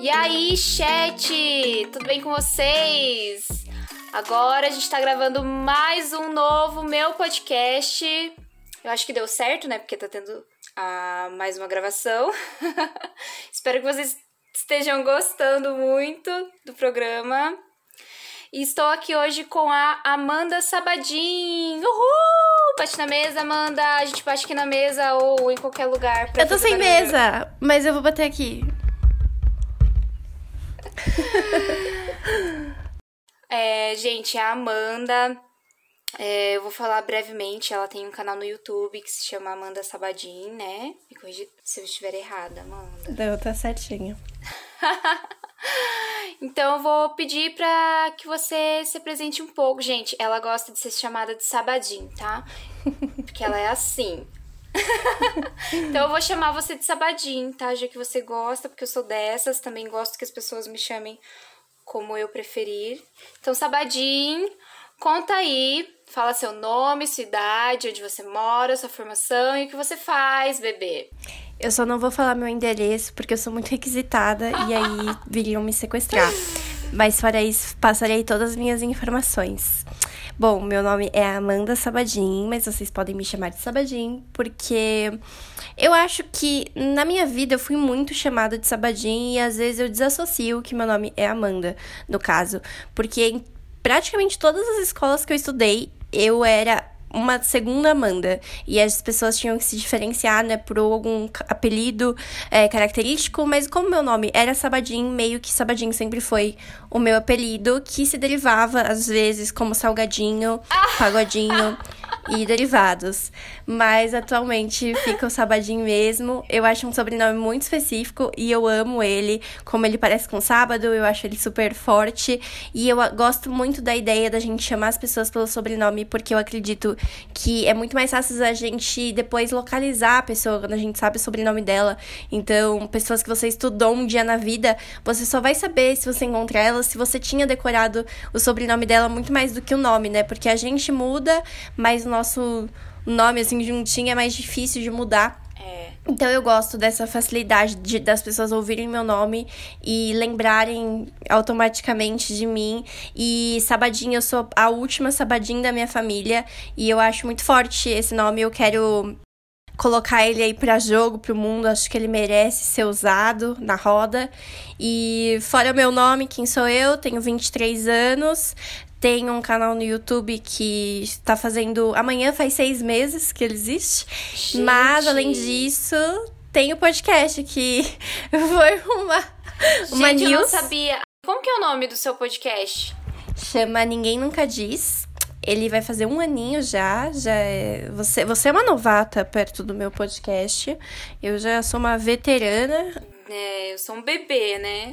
E aí, chat? Tudo bem com vocês? Agora a gente tá gravando mais um novo meu podcast. Eu acho que deu certo, né? Porque tá tendo mais uma gravação. Espero que vocês estejam gostando muito do programa. E estou aqui hoje com a Amanda Sabadin. Uhul! Bate na mesa, Amanda. A gente bate aqui na mesa ou em qualquer lugar. Eu tô sem mesa, mas eu vou bater aqui. Gente, a Amanda, eu vou falar brevemente, ela tem um canal no YouTube que se chama Amanda Sabadin, né? Me corrija se eu estiver errada, Amanda. Não, tá certinho. Então eu vou pedir pra que você se apresente um pouco. Gente, ela gosta de ser chamada de Sabadin, tá? Porque ela é assim. Então eu vou chamar você de Sabadin, tá? Já que você gosta, porque eu sou dessas. Também gosto que as pessoas me chamem como eu preferir. Então, Sabadin, conta aí. Fala seu nome, sua idade, onde você mora, sua formação e o que você faz, bebê. Eu só não vou falar meu endereço, porque eu sou muito requisitada e aí viriam me sequestrar. Mas fora isso, passarei todas as minhas informações. Bom, meu nome é Amanda Sabadin, mas vocês podem me chamar de Sabadin, porque eu acho que na minha vida eu fui muito chamada de Sabadin e às vezes eu desassocio que meu nome é Amanda, no caso. Porque em praticamente todas as escolas que eu estudei, eu era uma segunda Amanda. E as pessoas tinham que se diferenciar, né, por algum apelido característico. Mas como meu nome era Sabadin, meio que Sabadin sempre foi o meu apelido, que se derivava, às vezes, como Salgadinho, Pagodinho e derivados. Mas atualmente fica o Sabadin mesmo. Eu acho um sobrenome muito específico e eu amo ele. Como ele parece com sábado, eu acho ele super forte. E eu gosto muito da ideia da gente chamar as pessoas pelo sobrenome, porque eu acredito que é muito mais fácil a gente depois localizar a pessoa quando a gente sabe o sobrenome dela. Então, pessoas que você estudou um dia na vida, você só vai saber se você encontrar ela, se você tinha decorado o sobrenome dela muito mais do que o nome, né? Porque a gente muda, mas o nosso nome, assim, juntinho é mais difícil de mudar. Então eu gosto dessa facilidade das pessoas ouvirem meu nome e lembrarem automaticamente de mim. E Sabadin, eu sou a última Sabadin da minha família e eu acho muito forte esse nome. Eu quero colocar ele aí pra jogo, pro mundo. Acho que ele merece ser usado na roda. E fora o meu nome, quem sou eu? Tenho 23 anos. Tenho um canal no YouTube que está fazendo... Amanhã faz 6 meses que ele existe. Gente. Mas, além disso, tem o podcast que foi uma Gente, news. Eu não sabia. Como que é o nome do seu podcast? Chama Ninguém Nunca Diz. Ele vai fazer 1 aninho já é... Você é uma novata perto do meu podcast. Eu já sou uma veterana. Eu sou um bebê, né?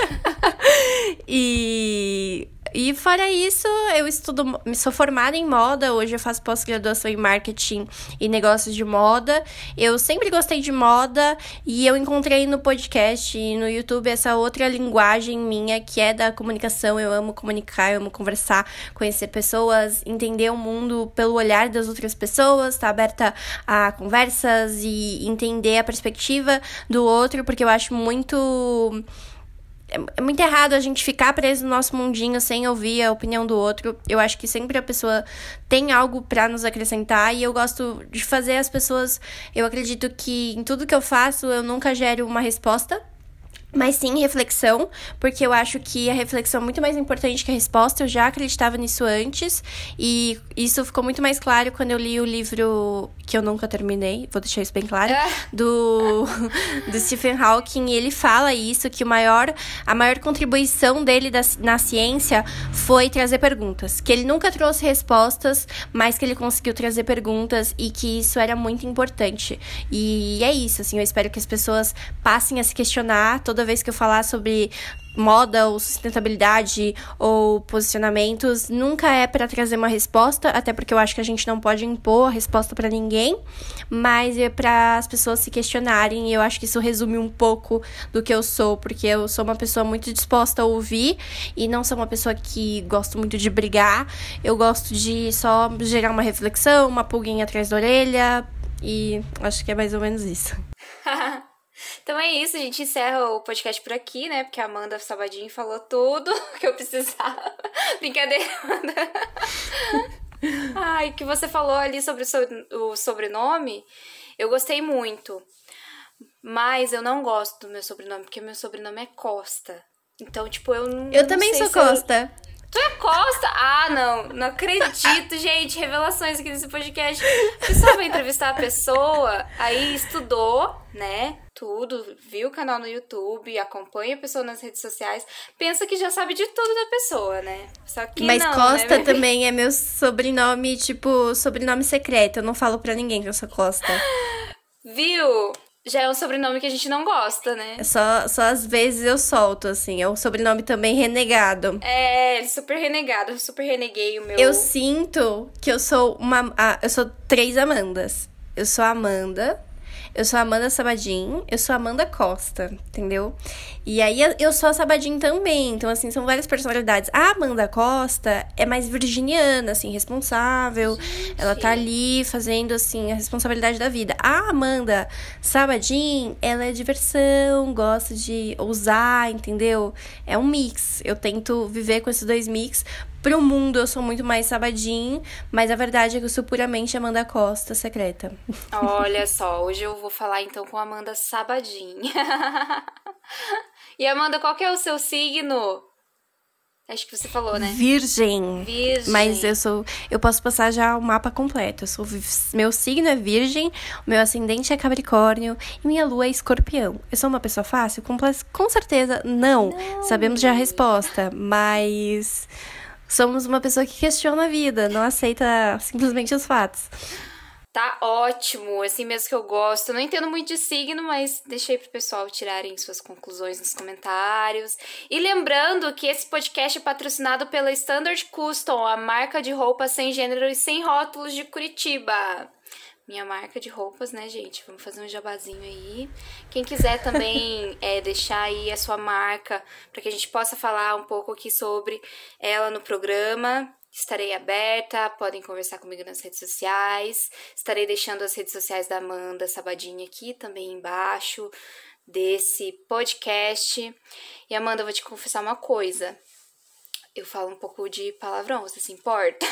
E fora isso, eu sou formada em moda, hoje eu faço pós-graduação em marketing e negócios de moda. Eu sempre gostei de moda e eu encontrei no podcast e no YouTube essa outra linguagem minha, que é da comunicação. Eu amo comunicar, eu amo conversar, conhecer pessoas, entender o mundo pelo olhar das outras pessoas, estar aberta a conversas e entender a perspectiva do outro, porque eu acho muito... É muito errado a gente ficar preso no nosso mundinho sem ouvir a opinião do outro. Eu acho que sempre a pessoa tem algo pra nos acrescentar e eu gosto de fazer as pessoas... Eu acredito que em tudo que eu faço eu nunca gero uma resposta, mas sim reflexão, porque eu acho que a reflexão é muito mais importante que a resposta. Eu já acreditava nisso antes e isso ficou muito mais claro quando eu li o livro que eu nunca terminei, vou deixar isso bem claro, do Stephen Hawking. E ele fala isso, que a maior contribuição dele na ciência foi trazer perguntas, que ele nunca trouxe respostas, mas que ele conseguiu trazer perguntas e que isso era muito importante. E é isso, assim, eu espero que as pessoas passem a se questionar toda vez que eu falar sobre moda ou sustentabilidade ou posicionamentos. Nunca é para trazer uma resposta, até porque eu acho que a gente não pode impor a resposta para ninguém, mas é para as pessoas se questionarem. E eu acho que isso resume um pouco do que eu sou, porque eu sou uma pessoa muito disposta a ouvir e não sou uma pessoa que gosto muito de brigar. Eu gosto de só gerar uma reflexão, uma pulguinha atrás da orelha, e acho que é mais ou menos isso. Então é isso, a gente encerra o podcast por aqui, né? Porque a Amanda Sabadinho falou tudo que eu precisava. Brincadeira, Amanda. Ai, que você falou ali sobre o sobrenome, eu gostei muito. Mas eu não gosto do meu sobrenome, porque meu sobrenome é Costa. Então, tipo, Eu também sou Costa. Tu é Costa? Ah, não acredito, gente. Revelações aqui nesse podcast. A pessoa vai entrevistar a pessoa, aí estudou, né? Tudo, viu o canal no YouTube, acompanha a pessoa nas redes sociais, pensa que já sabe de tudo da pessoa, né? Só que Mas não, Costa né? também é meu sobrenome, tipo, sobrenome secreto. Eu não falo pra ninguém que eu sou Costa. Viu? Já é um sobrenome que a gente não gosta, né? Só às vezes eu solto, assim. É um sobrenome também renegado. É, super renegado, eu super reneguei o meu. Eu sinto que eu sou eu sou 3 Amandas. Eu sou a Amanda, eu sou a Amanda Sabadin, eu sou a Amanda Costa, entendeu? E aí eu sou a Sabadin também. Então, assim, são várias personalidades. A Amanda Costa é mais virginiana, assim, responsável. Gente. Ela tá ali fazendo, assim, a responsabilidade da vida. A Amanda Sabadin, ela é diversão, gosta de ousar, entendeu? É um mix. Eu tento viver com esses 2 mix. Pro mundo, eu sou muito mais Sabadin, mas a verdade é que eu sou puramente Amanda Costa, secreta. Olha só, hoje eu vou falar então com a Amanda Sabadin. E Amanda, qual que é o seu signo? Acho que você falou, né? Virgem. Mas eu posso passar já o mapa completo. Meu signo é Virgem, o meu ascendente é Capricórnio e minha lua é Escorpião. Eu sou uma pessoa fácil? Com certeza, não. Sabemos já a resposta, mas somos uma pessoa que questiona a vida, não aceita simplesmente os fatos. Tá ótimo, assim mesmo que eu gosto. Eu não entendo muito de signo, mas deixei pro pessoal tirarem suas conclusões nos comentários. E lembrando que esse podcast é patrocinado pela Standard Custom, a marca de roupas sem gênero e sem rótulos de Curitiba. Minha marca de roupas, né, gente? Vamos fazer um jabazinho aí. Quem quiser também deixar aí a sua marca para que a gente possa falar um pouco aqui sobre ela no programa. Estarei aberta, podem conversar comigo nas redes sociais. Estarei deixando as redes sociais da Amanda Sabadinha aqui também embaixo desse podcast. E Amanda, eu vou te confessar uma coisa. Eu falo um pouco de palavrão, você se importa?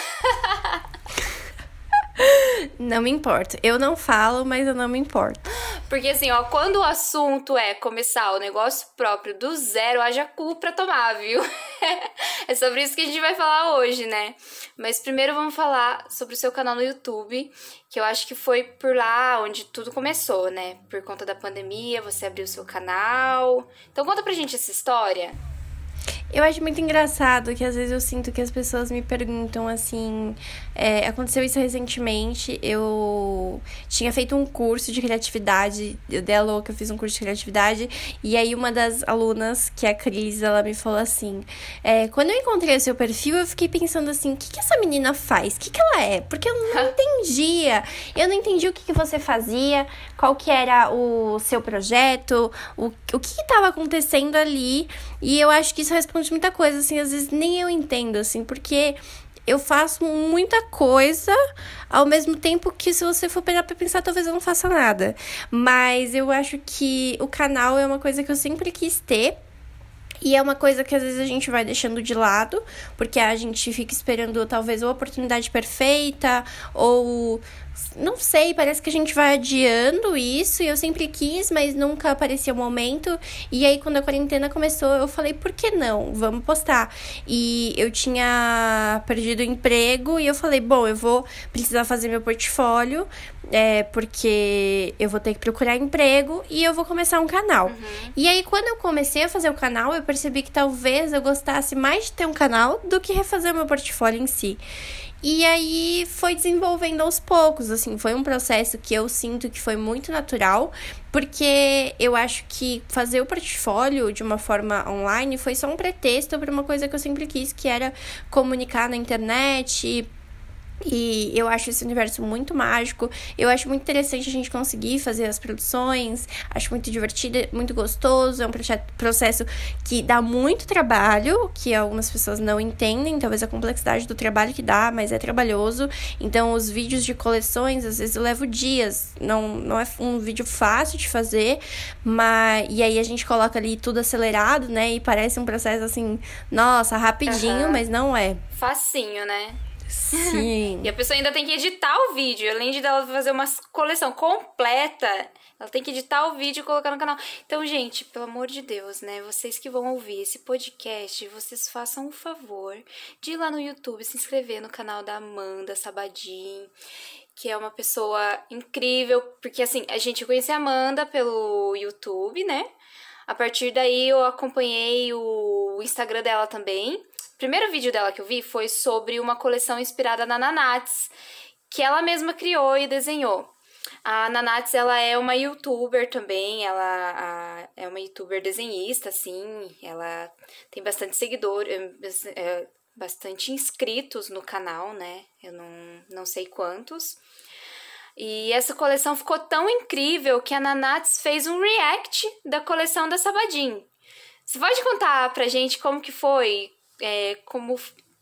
Não me importo. Eu não falo, mas eu não me importo. Porque assim, ó, quando o assunto é começar o negócio próprio do zero, haja cu pra tomar, viu? É sobre isso que a gente vai falar hoje, né? Mas primeiro vamos falar sobre o seu canal no YouTube, que eu acho que foi por lá onde tudo começou, né? Por conta da pandemia, você abriu o seu canal. Então conta pra gente essa história. Eu acho muito engraçado que às vezes eu sinto que as pessoas me perguntam assim... aconteceu isso recentemente, eu tinha feito um curso de criatividade, eu dei a louca, eu fiz um curso de criatividade, e aí uma das alunas, que é a Cris, ela me falou assim... quando eu encontrei o seu perfil, eu fiquei pensando assim, o que essa menina faz? O que ela é? Porque eu não entendia. Eu não entendi o que você fazia, qual que era o seu projeto, o que estava acontecendo ali, e eu acho que isso responde muita coisa, assim, às vezes nem eu entendo, assim, porque eu faço muita coisa ao mesmo tempo que, se você for pegar pra pensar, talvez eu não faça nada. Mas eu acho que o canal é uma coisa que eu sempre quis ter. E é uma coisa que às vezes a gente vai deixando de lado, porque a gente fica esperando talvez a oportunidade perfeita, ou não sei, parece que a gente vai adiando isso, e eu sempre quis, mas nunca aparecia o momento. E aí quando a quarentena começou, eu falei, por que não? Vamos postar. E eu tinha perdido o emprego, e eu falei, bom, eu vou precisar fazer meu portfólio, porque eu vou ter que procurar emprego e eu vou começar um canal. E aí, quando eu comecei a fazer o canal, eu percebi que talvez eu gostasse mais de ter um canal do que refazer o meu portfólio em si. E aí, foi desenvolvendo aos poucos, assim, foi um processo que eu sinto que foi muito natural, porque eu acho que fazer o portfólio de uma forma online foi só um pretexto para uma coisa que eu sempre quis, que era comunicar na internet E eu acho esse universo muito mágico. Eu acho muito interessante a gente conseguir fazer as produções. Acho muito divertido, muito gostoso. É um processo que dá muito trabalho, que algumas pessoas não entendem, talvez a complexidade do trabalho que dá, mas é trabalhoso. Então, os vídeos de coleções, às vezes eu levo dias. Não é um vídeo fácil de fazer, e aí a gente coloca ali tudo acelerado, né? E parece um processo assim, nossa, rapidinho, mas não é. Facinho, né? Sim. E a pessoa ainda tem que editar o vídeo. Além de ela fazer uma coleção completa, ela tem que editar o vídeo e colocar no canal. Então, gente, pelo amor de Deus, né? Vocês que vão ouvir esse podcast, vocês façam o favor de ir lá no YouTube, se inscrever no canal da Amanda Sabadin, que é uma pessoa incrível. Porque, assim, a gente conhece a Amanda pelo YouTube, né? A partir daí, eu acompanhei o Instagram dela também. O primeiro vídeo dela que eu vi foi sobre uma coleção inspirada na Nanats, que ela mesma criou e desenhou. A Nanats, ela é uma youtuber também, ela é uma youtuber desenhista, assim, ela tem bastante seguidores, bastante inscritos no canal, né? Eu não sei quantos. E essa coleção ficou tão incrível que a Nanats fez um react da coleção da Sabadin. Você pode contar pra gente como que foi? Como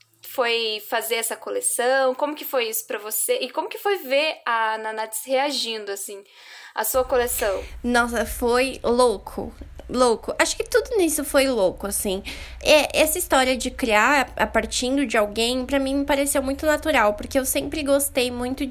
foi fazer essa coleção, como que foi isso pra você e como que foi ver a Nanats reagindo, assim, à sua coleção? Nossa, foi louco. Acho que tudo nisso foi louco, assim. Essa história de criar a partir de alguém, pra mim, me pareceu muito natural, porque eu sempre gostei muito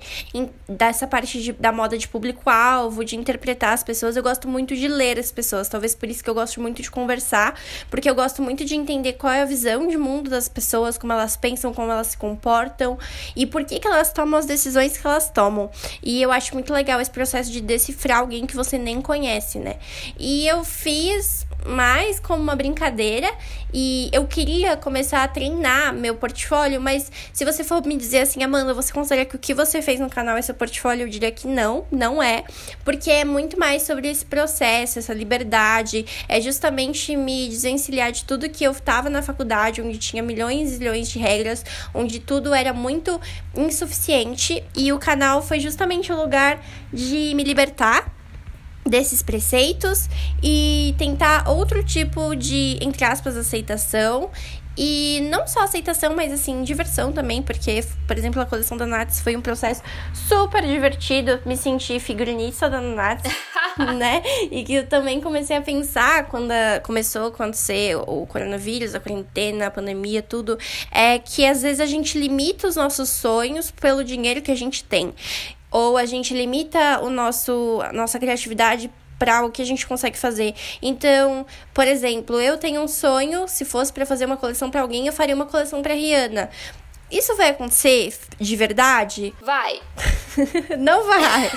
dessa parte da moda de público-alvo, de interpretar as pessoas. Eu gosto muito de ler as pessoas, talvez por isso que eu gosto muito de conversar, porque eu gosto muito de entender qual é a visão de mundo das pessoas, como elas pensam, como elas se comportam e por que elas tomam as decisões que elas tomam. E eu acho muito legal esse processo de decifrar alguém que você nem conhece, né? E eu fiz mais como uma brincadeira e eu queria começar a treinar meu portfólio, mas se você for me dizer assim, Amanda, você considera que o que você fez no canal é seu portfólio? Eu diria que não é, porque é muito mais sobre esse processo, essa liberdade, é justamente me desvencilhar de tudo que eu tava na faculdade, onde tinha milhões e milhões de regras, onde tudo era muito insuficiente, e o canal foi justamente o lugar de me libertar desses preceitos e tentar outro tipo de, entre aspas, aceitação. E não só aceitação, mas assim, diversão também, porque, por exemplo, a coleção da Nats foi um processo super divertido. Me senti figurinista da Nats, né? E que eu também comecei a pensar quando começou a acontecer o coronavírus, a quarentena, a pandemia, tudo, é que às vezes a gente limita os nossos sonhos pelo dinheiro que a gente tem. Ou a gente limita a nossa criatividade para o que a gente consegue fazer. Então, por exemplo, eu tenho um sonho, se fosse para fazer uma coleção para alguém, eu faria uma coleção para Rihanna. Isso vai acontecer de verdade? Vai. Não vai.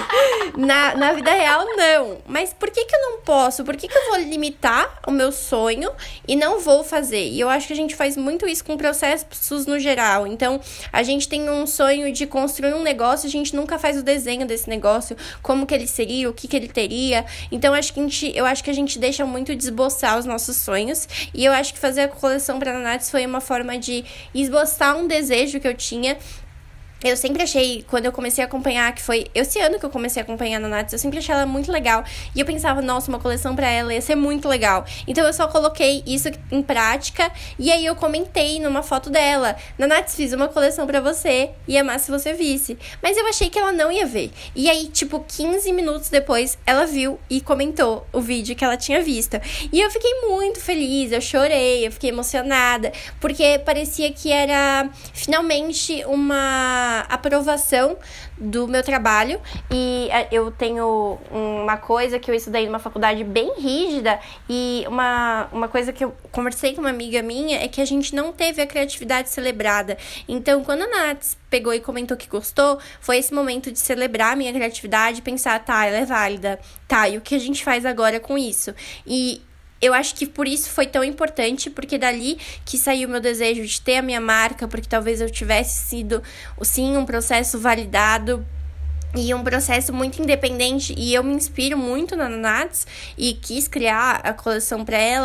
Na vida real, não. Mas por que eu não posso? Por que eu vou limitar o meu sonho e não vou fazer? E eu acho que a gente faz muito isso com processos no geral. Então, a gente tem um sonho de construir um negócio, a gente nunca faz o desenho desse negócio, como que ele seria, o que ele teria. Então, eu acho que a gente deixa muito de esboçar os nossos sonhos. E eu acho que fazer a coleção para Nanats foi uma forma de esboçar um desejo que eu tinha. Eu sempre achei, quando eu comecei a acompanhar, que foi esse ano que eu comecei a acompanhar a Nanats, eu sempre achei ela muito legal. E eu pensava, nossa, uma coleção pra ela ia ser muito legal. Então eu só coloquei isso em prática. E aí eu comentei numa foto dela: Nanats, fiz uma coleção pra você, ia amar se você visse. Mas eu achei que ela não ia ver. E aí, tipo, 15 minutos depois, ela viu e comentou o vídeo que ela tinha visto. E eu fiquei muito feliz, eu chorei, eu fiquei emocionada. Porque parecia que era finalmente uma aprovação do meu trabalho. E eu tenho uma coisa que eu estudei numa faculdade bem rígida, e uma coisa que eu conversei com uma amiga minha é que a gente não teve a criatividade celebrada. Então, quando a Nats pegou e comentou que gostou, foi esse momento de celebrar a minha criatividade, pensar, tá, ela é válida, tá, e o que a gente faz agora com isso? E eu acho que por isso foi tão importante, porque dali que saiu o meu desejo de ter a minha marca, porque talvez eu tivesse sido, sim, um processo validado e um processo muito independente, e eu me inspiro muito na Nanats e quis criar a coleção para ela,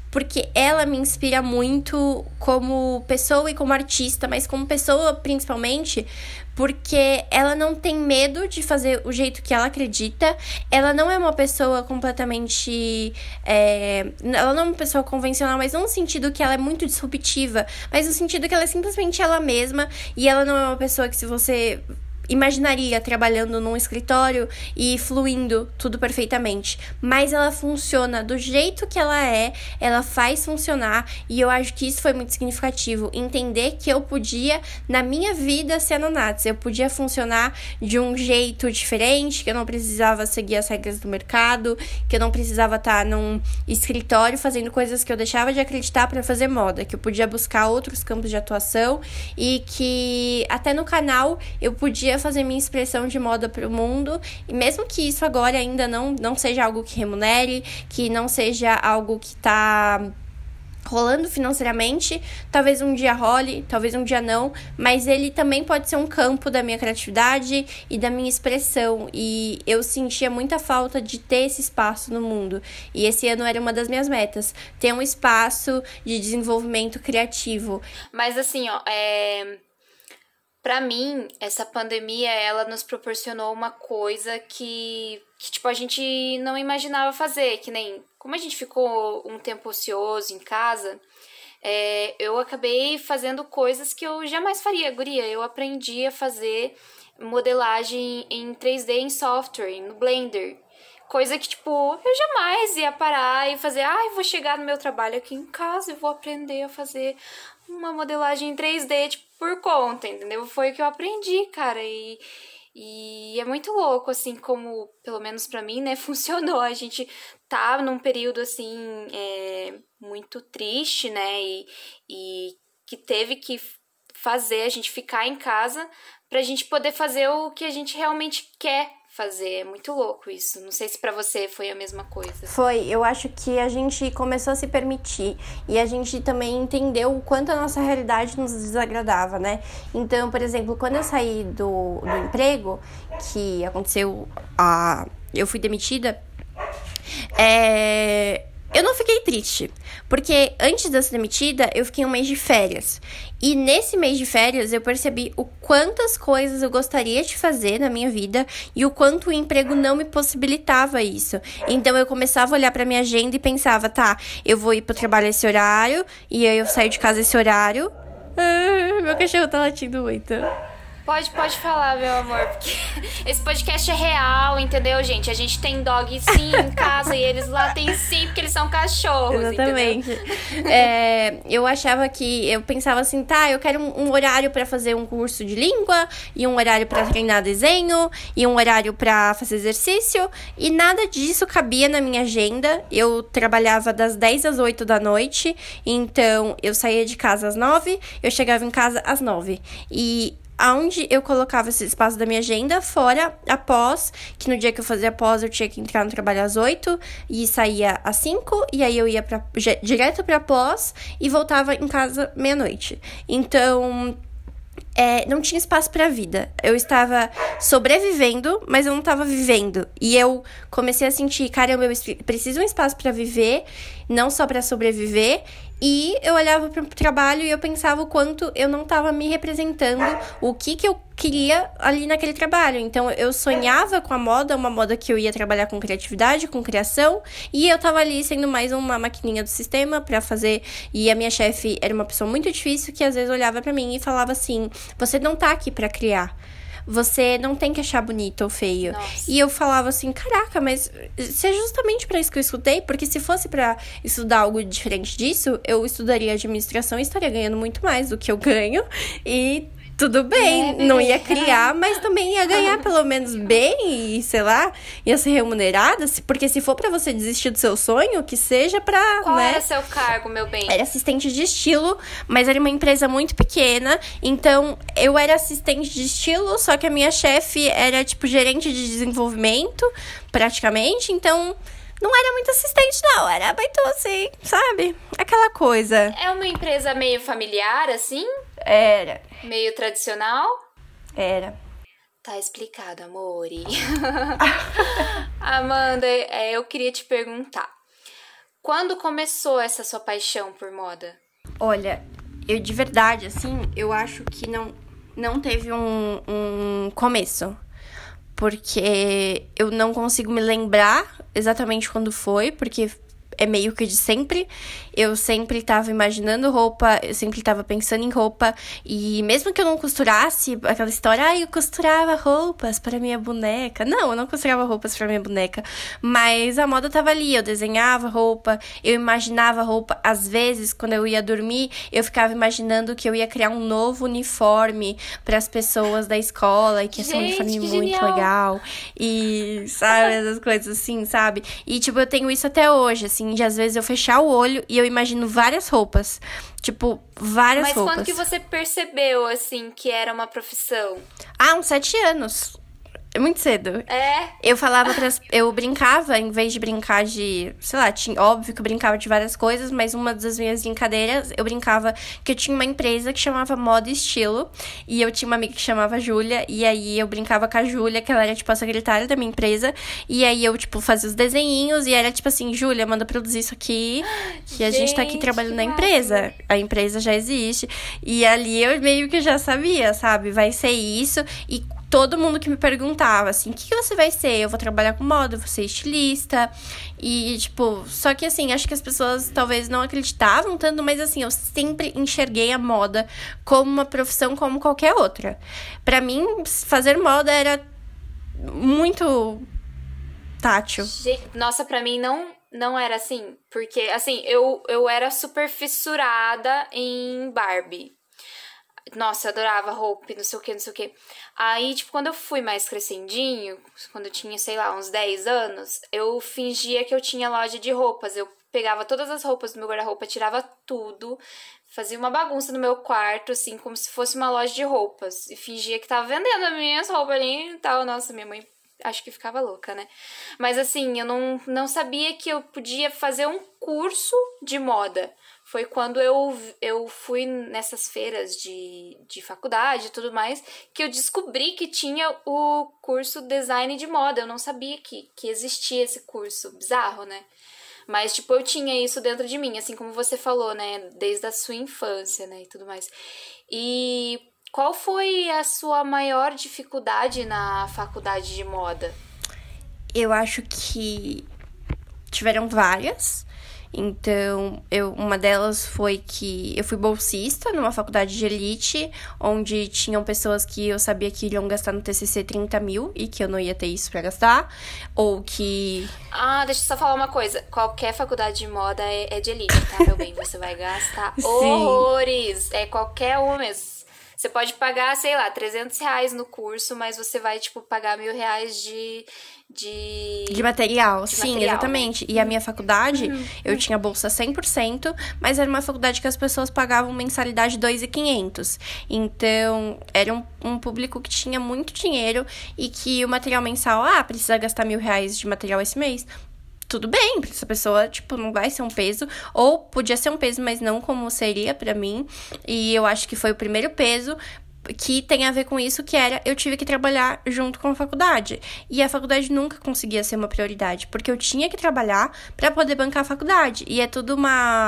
porque ela me inspira muito como pessoa e como artista, mas como pessoa principalmente, porque ela não tem medo de fazer o jeito que ela acredita. Ela não é uma pessoa completamente... ela não é uma pessoa convencional, mas não no sentido que ela é muito disruptiva, mas no sentido que ela é simplesmente ela mesma, e ela não é uma pessoa que, se você imaginaria trabalhando num escritório e fluindo tudo perfeitamente, mas ela funciona do jeito que ela faz funcionar, e eu acho que isso foi muito significativo, entender que eu podia, na minha vida, ser a Nanatsu, eu podia funcionar de um jeito diferente, que eu não precisava seguir as regras do mercado, que eu não precisava estar num escritório fazendo coisas que eu deixava de acreditar para fazer moda, que eu podia buscar outros campos de atuação, e que até no canal eu podia fazer minha expressão de moda para o mundo, e mesmo que isso agora ainda não seja algo que remunere, que não seja algo que tá rolando financeiramente, talvez um dia role, talvez um dia não, mas ele também pode ser um campo da minha criatividade e da minha expressão, e eu sentia muita falta de ter esse espaço no mundo, e esse ano era uma das minhas metas, ter um espaço de desenvolvimento criativo. Mas assim, ó, pra mim, essa pandemia, ela nos proporcionou uma coisa que tipo, a gente não imaginava fazer, que nem... Como a gente ficou um tempo ocioso em casa, eu acabei fazendo coisas que eu jamais faria, guria. Eu aprendi a fazer modelagem em 3D em software, no Blender. Coisa que, tipo, eu jamais ia parar e fazer... vou chegar no meu trabalho aqui em casa e vou aprender a fazer uma modelagem em 3D, tipo, por conta, entendeu? Foi o que eu aprendi, cara, e é muito louco, assim, como, pelo menos pra mim, né, funcionou. A gente tá num período, assim, muito triste, né, e que teve que fazer a gente ficar em casa pra gente poder fazer o que a gente realmente quer fazer. É muito louco isso. Não sei se pra você foi a mesma coisa. Foi. Eu acho que a gente começou a se permitir. E a gente também entendeu o quanto a nossa realidade nos desagradava, né? Então, por exemplo, quando eu saí do emprego, que aconteceu... eu fui demitida... eu não fiquei triste, porque antes de eu ser demitida, eu fiquei um mês de férias. E nesse mês de férias, eu percebi o quantas coisas eu gostaria de fazer na minha vida e o quanto o emprego não me possibilitava isso. Então, eu começava a olhar pra minha agenda e pensava, tá, eu vou ir pro trabalho esse horário, e aí eu saio de casa esse horário. Meu cachorro tá latindo muito. Pode falar, meu amor, porque esse podcast é real, entendeu, gente? A gente tem dog sim em casa e eles lá tem sim, porque eles são cachorros, exatamente. Eu pensava assim, tá, eu quero um horário pra fazer um curso de língua, e um horário pra treinar desenho, e um horário pra fazer exercício, e nada disso cabia na minha agenda. Eu trabalhava das 10 às 8 da noite, então eu saía de casa às 9, eu chegava em casa às 9. E aonde eu colocava esse espaço da minha agenda, fora a pós, que no dia que eu fazia pós eu tinha que entrar no trabalho às 8 e saía às 5, e aí eu ia direto pra pós e voltava em casa meia-noite. Então, não tinha espaço pra vida. Eu estava sobrevivendo, mas eu não estava vivendo. E eu comecei a sentir, caramba, eu preciso de um espaço pra viver, não só pra sobreviver. E eu olhava pro trabalho e eu pensava o quanto eu não estava me representando, o que eu queria ali naquele trabalho. Então, eu sonhava com a moda, uma moda que eu ia trabalhar com criatividade, com criação, e eu tava ali sendo mais uma maquininha do sistema pra fazer. E a minha chefe era uma pessoa muito difícil, que às vezes olhava pra mim e falava assim, você não tá aqui pra criar. Você não tem que achar bonito ou feio. Nossa. E eu falava assim, caraca, mas isso é justamente pra isso que eu estudei, porque se fosse pra estudar algo diferente disso, eu estudaria administração e estaria ganhando muito mais do que eu ganho. E tudo bem, não ia criar, mas também ia ganhar pelo menos bem e, sei lá, ia ser remunerada. Porque se for pra você desistir do seu sonho, que seja pra, Qual era seu cargo, meu bem? Era assistente de estilo, mas era uma empresa muito pequena. Então, eu era assistente de estilo, só que a minha chefe era, tipo, gerente de desenvolvimento, praticamente. Então, não era muito assistente, não. Era muito assim, sabe? Aquela coisa. É uma empresa meio familiar, assim? Era. Meio tradicional? Era. Tá explicado, amore. Amanda, eu queria te perguntar. quando começou essa sua paixão por moda? Olha, eu de verdade, assim, eu acho que não teve um começo. Porque eu não consigo me lembrar exatamente quando foi, porque é meio que de sempre. Eu sempre tava imaginando roupa, eu sempre tava pensando em roupa. E mesmo que eu não costurasse, aquela história, eu costurava roupas para minha boneca. Não, eu não costurava roupas para minha boneca. Mas a moda tava ali, eu desenhava roupa, eu imaginava roupa. Às vezes, quando eu ia dormir, eu ficava imaginando que eu ia criar um novo uniforme para as pessoas da escola. E que ia ser um uniforme muito legal. E, sabe, essas coisas assim, sabe? E, tipo, eu tenho isso até hoje, assim, de às vezes eu fechar o olho e eu imagino várias roupas. Tipo, várias roupas. Mas quando que você percebeu, assim, que era uma profissão? Uns 7 anos. Muito cedo. É? Eu brincava, em vez de brincar de... Sei lá, óbvio que eu brincava de várias coisas, mas uma das minhas brincadeiras, eu brincava que eu tinha uma empresa que chamava Moda e Estilo. E eu tinha uma amiga que chamava Júlia. E aí eu brincava com a Júlia, que ela era, tipo, a secretária da minha empresa. E aí eu, tipo, fazia os desenhinhos. E era, tipo assim, Júlia, manda produzir isso aqui. Que a gente tá aqui trabalhando na empresa. A empresa já existe. E ali eu meio que já sabia, sabe? Vai ser isso. E todo mundo que me perguntava, assim, o que você vai ser? Eu vou trabalhar com moda, eu vou ser estilista. E, tipo, só que, assim, acho que as pessoas talvez não acreditavam tanto, mas, assim, eu sempre enxerguei a moda como uma profissão como qualquer outra. Pra mim, fazer moda era muito tátil. Nossa, pra mim não era assim. Porque, assim, eu era super fissurada em Barbie. Nossa, eu adorava roupa, não sei o que, não sei o que. Aí, tipo, quando eu fui mais crescendinho, quando eu tinha, sei lá, uns 10 anos, eu fingia que eu tinha loja de roupas. Eu pegava todas as roupas do meu guarda-roupa, tirava tudo, fazia uma bagunça no meu quarto, assim, como se fosse uma loja de roupas. E fingia que tava vendendo as minhas roupas ali e tal. Nossa, minha mãe acho que ficava louca, né? Mas, assim, eu não sabia que eu podia fazer um curso de moda. Foi quando eu fui nessas feiras de faculdade e tudo mais, que eu descobri que tinha o curso design de moda. Eu não sabia que existia esse curso. Bizarro, né? Mas, tipo, eu tinha isso dentro de mim, assim como você falou, né? Desde a sua infância, né? E tudo mais. E qual foi a sua maior dificuldade na faculdade de moda? Eu acho que tiveram várias. Então, uma delas foi que eu fui bolsista numa faculdade de elite, onde tinham pessoas que eu sabia que iriam gastar no TCC 30 mil e que eu não ia ter isso pra gastar, ou que... deixa eu só falar uma coisa. Qualquer faculdade de moda é de elite, tá, meu bem? Você vai gastar horrores. É qualquer uma mesmo. Você pode pagar, sei lá, R$300 no curso, mas você vai, tipo, pagar R$1.000 de material. De sim, material, exatamente. Né? E a minha faculdade, eu tinha bolsa 100%, mas era uma faculdade que as pessoas pagavam mensalidade 2.500. Então, era um público que tinha muito dinheiro e que o material mensal, precisa gastar R$1.000 de material esse mês. Tudo bem, essa pessoa, tipo, não vai ser um peso. Ou podia ser um peso, mas não como seria pra mim. E eu acho que foi o primeiro peso que tem a ver com isso, que era eu tive que trabalhar junto com a faculdade. E a faculdade nunca conseguia ser uma prioridade, porque eu tinha que trabalhar pra poder bancar a faculdade. E é tudo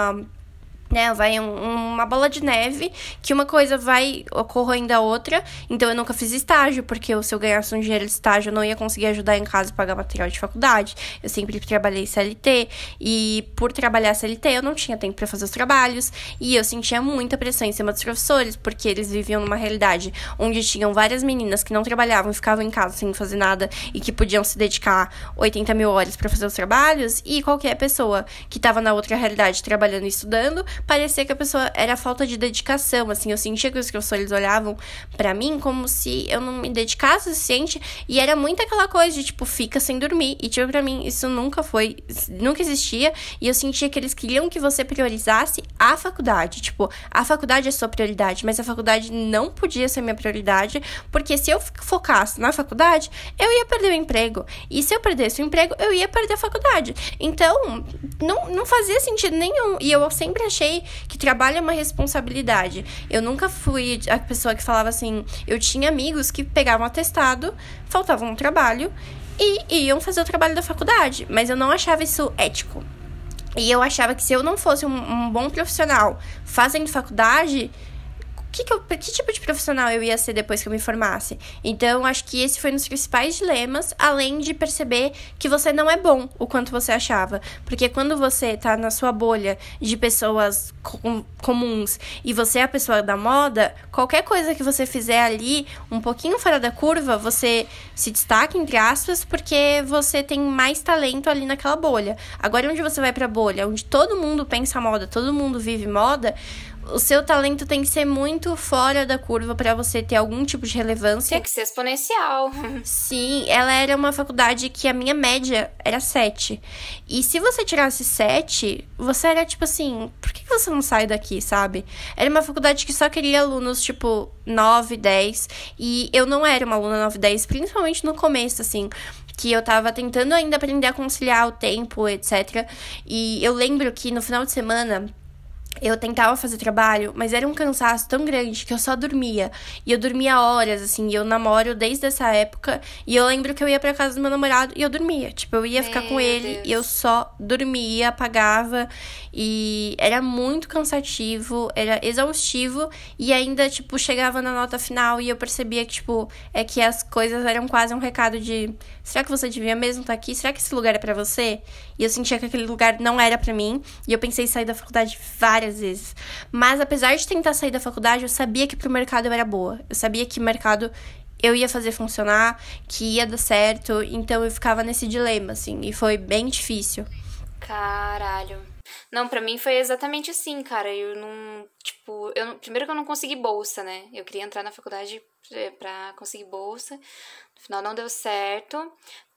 vai uma bola de neve, que uma coisa vai ocorrendo a outra. Então, eu nunca fiz estágio, porque se eu ganhasse um dinheiro de estágio, eu não ia conseguir ajudar em casa a pagar material de faculdade. Eu sempre trabalhei CLT, e por trabalhar CLT, eu não tinha tempo pra fazer os trabalhos, e eu sentia muita pressão em cima dos professores, porque eles viviam numa realidade onde tinham várias meninas que não trabalhavam, ficavam em casa sem fazer nada, e que podiam se dedicar 80 mil horas pra fazer os trabalhos, e qualquer pessoa que tava na outra realidade, trabalhando e estudando, parecia que a pessoa era falta de dedicação, assim, eu sentia que os professores olhavam pra mim como se eu não me dedicasse o suficiente, e era muito aquela coisa de, tipo, fica sem dormir, e, tipo, pra mim, isso nunca existia, e eu sentia que eles queriam que você priorizasse a faculdade, tipo, a faculdade é sua prioridade, mas a faculdade não podia ser minha prioridade, porque se eu focasse na faculdade, eu ia perder o emprego, e se eu perdesse o emprego, eu ia perder a faculdade, então, não fazia sentido nenhum, e eu sempre achei que trabalho é uma responsabilidade. Eu nunca fui a pessoa que falava assim... Eu tinha amigos que pegavam atestado, faltavam no trabalho e iam fazer o trabalho da faculdade. Mas eu não achava isso ético. E eu achava que se eu não fosse um bom profissional fazendo faculdade, que tipo de profissional eu ia ser depois que eu me formasse? Então, acho que esse foi um dos principais dilemas, além de perceber que você não é bom o quanto você achava. Porque quando você tá na sua bolha de pessoas comuns e você é a pessoa da moda, qualquer coisa que você fizer ali, um pouquinho fora da curva, você se destaca, entre aspas, porque você tem mais talento ali naquela bolha. Agora, onde você vai pra bolha, onde todo mundo pensa moda, todo mundo vive moda, o seu talento tem que ser muito fora da curva pra você ter algum tipo de relevância. Tem que ser exponencial. Sim, ela era uma faculdade que a minha média era 7. E se você tirasse 7, você era tipo assim, por que você não sai daqui, sabe? Era uma faculdade que só queria alunos tipo 9, 10. E eu não era uma aluna 9, 10, principalmente no começo, assim, que eu tava tentando ainda aprender a conciliar o tempo, etc. E eu lembro que no final de semana eu tentava fazer trabalho, mas era um cansaço tão grande que eu só dormia. E eu dormia horas, assim, e eu namoro desde essa época. E eu lembro que eu ia pra casa do meu namorado e eu dormia. Tipo, eu ia ficar com ele Deus. e eu só dormia, apagava. E era muito cansativo, era exaustivo. E ainda, tipo, chegava na nota final e eu percebia que, tipo, é que as coisas eram quase um recado de... Será que você devia mesmo estar aqui? Será que esse lugar é pra você? E eu sentia que aquele lugar não era pra mim. E eu pensei em sair da faculdade várias vezes. Mas apesar de tentar sair da faculdade, eu sabia que pro mercado eu era boa. Eu sabia que o mercado eu ia fazer funcionar, que ia dar certo. Então eu ficava nesse dilema, assim. E foi bem difícil. Caralho. Não, pra mim foi exatamente assim, cara. Eu não, tipo, primeiro que eu não consegui bolsa, né? Eu queria entrar na faculdade pra conseguir bolsa. No final não deu certo.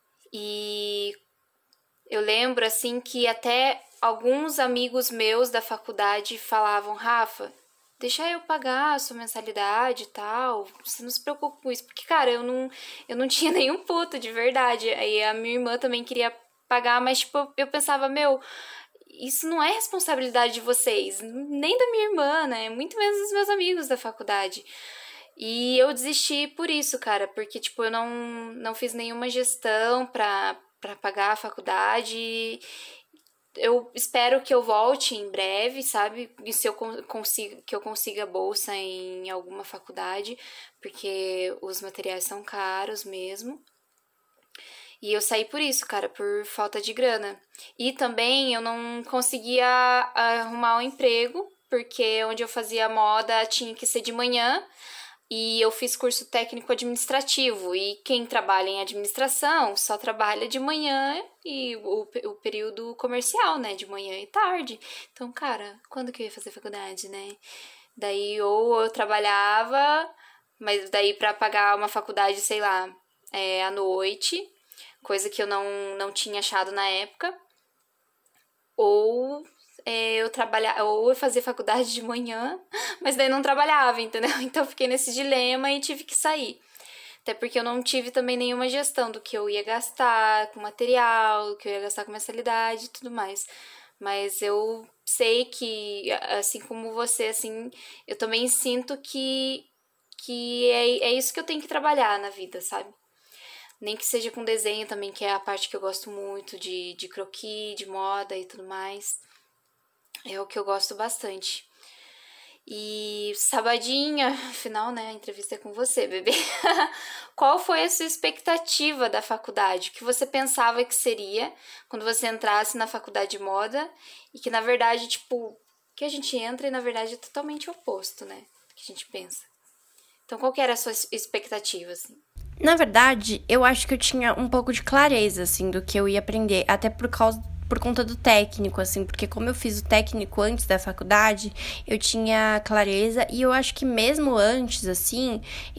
E eu lembro, assim, que até alguns amigos meus da faculdade falavam, Rafa, deixa eu pagar a sua mensalidade e tal, você não se preocupe com isso. Porque, cara, eu não tinha nenhum puto, de verdade. Aí a minha irmã também queria pagar, mas, tipo, eu pensava, meu, isso não é responsabilidade de vocês, nem da minha irmã, né? Muito menos dos meus amigos da faculdade. E eu desisti por isso, cara, porque, tipo, eu não fiz nenhuma gestão pra pagar a faculdade. Eu espero que eu volte em breve, sabe? E se eu consiga bolsa em alguma faculdade, porque os materiais são caros mesmo. E eu saí por isso, cara, por falta de grana. E também eu não conseguia arrumar um emprego, porque onde eu fazia moda tinha que ser de manhã. E eu fiz curso técnico administrativo. E quem trabalha em administração só trabalha de manhã e o período comercial, né? De manhã e tarde. Então, cara, quando que eu ia fazer faculdade, né? Daí, ou eu trabalhava, mas daí pra pagar uma faculdade, sei lá, à noite, coisa que eu não tinha achado na época. Ou eu trabalhava, ou eu fazia faculdade de manhã, mas daí não trabalhava, entendeu? Então eu fiquei nesse dilema e tive que sair. Até porque eu não tive também nenhuma gestão do que eu ia gastar com material, do que eu ia gastar com mensalidade e tudo mais. Mas eu sei que, assim como você, assim, eu também sinto que é isso que eu tenho que trabalhar na vida, sabe? Nem que seja com desenho também, que é a parte que eu gosto muito, de croquis, de moda e tudo mais. É o que eu gosto bastante. E sabadinha, afinal, né, a entrevista é com você, bebê. Qual foi a sua expectativa da faculdade? O que você pensava que seria quando você entrasse na faculdade de moda? E que, na verdade, tipo, que a gente entra e, na verdade, é totalmente oposto, né? Do que a gente pensa. Então, qual que era a sua expectativa, assim? Na verdade, eu acho que eu tinha um pouco de clareza, assim, do que eu ia aprender. Até por conta do técnico, assim, porque como eu fiz o técnico antes da faculdade, eu tinha clareza, e eu acho que mesmo antes, assim,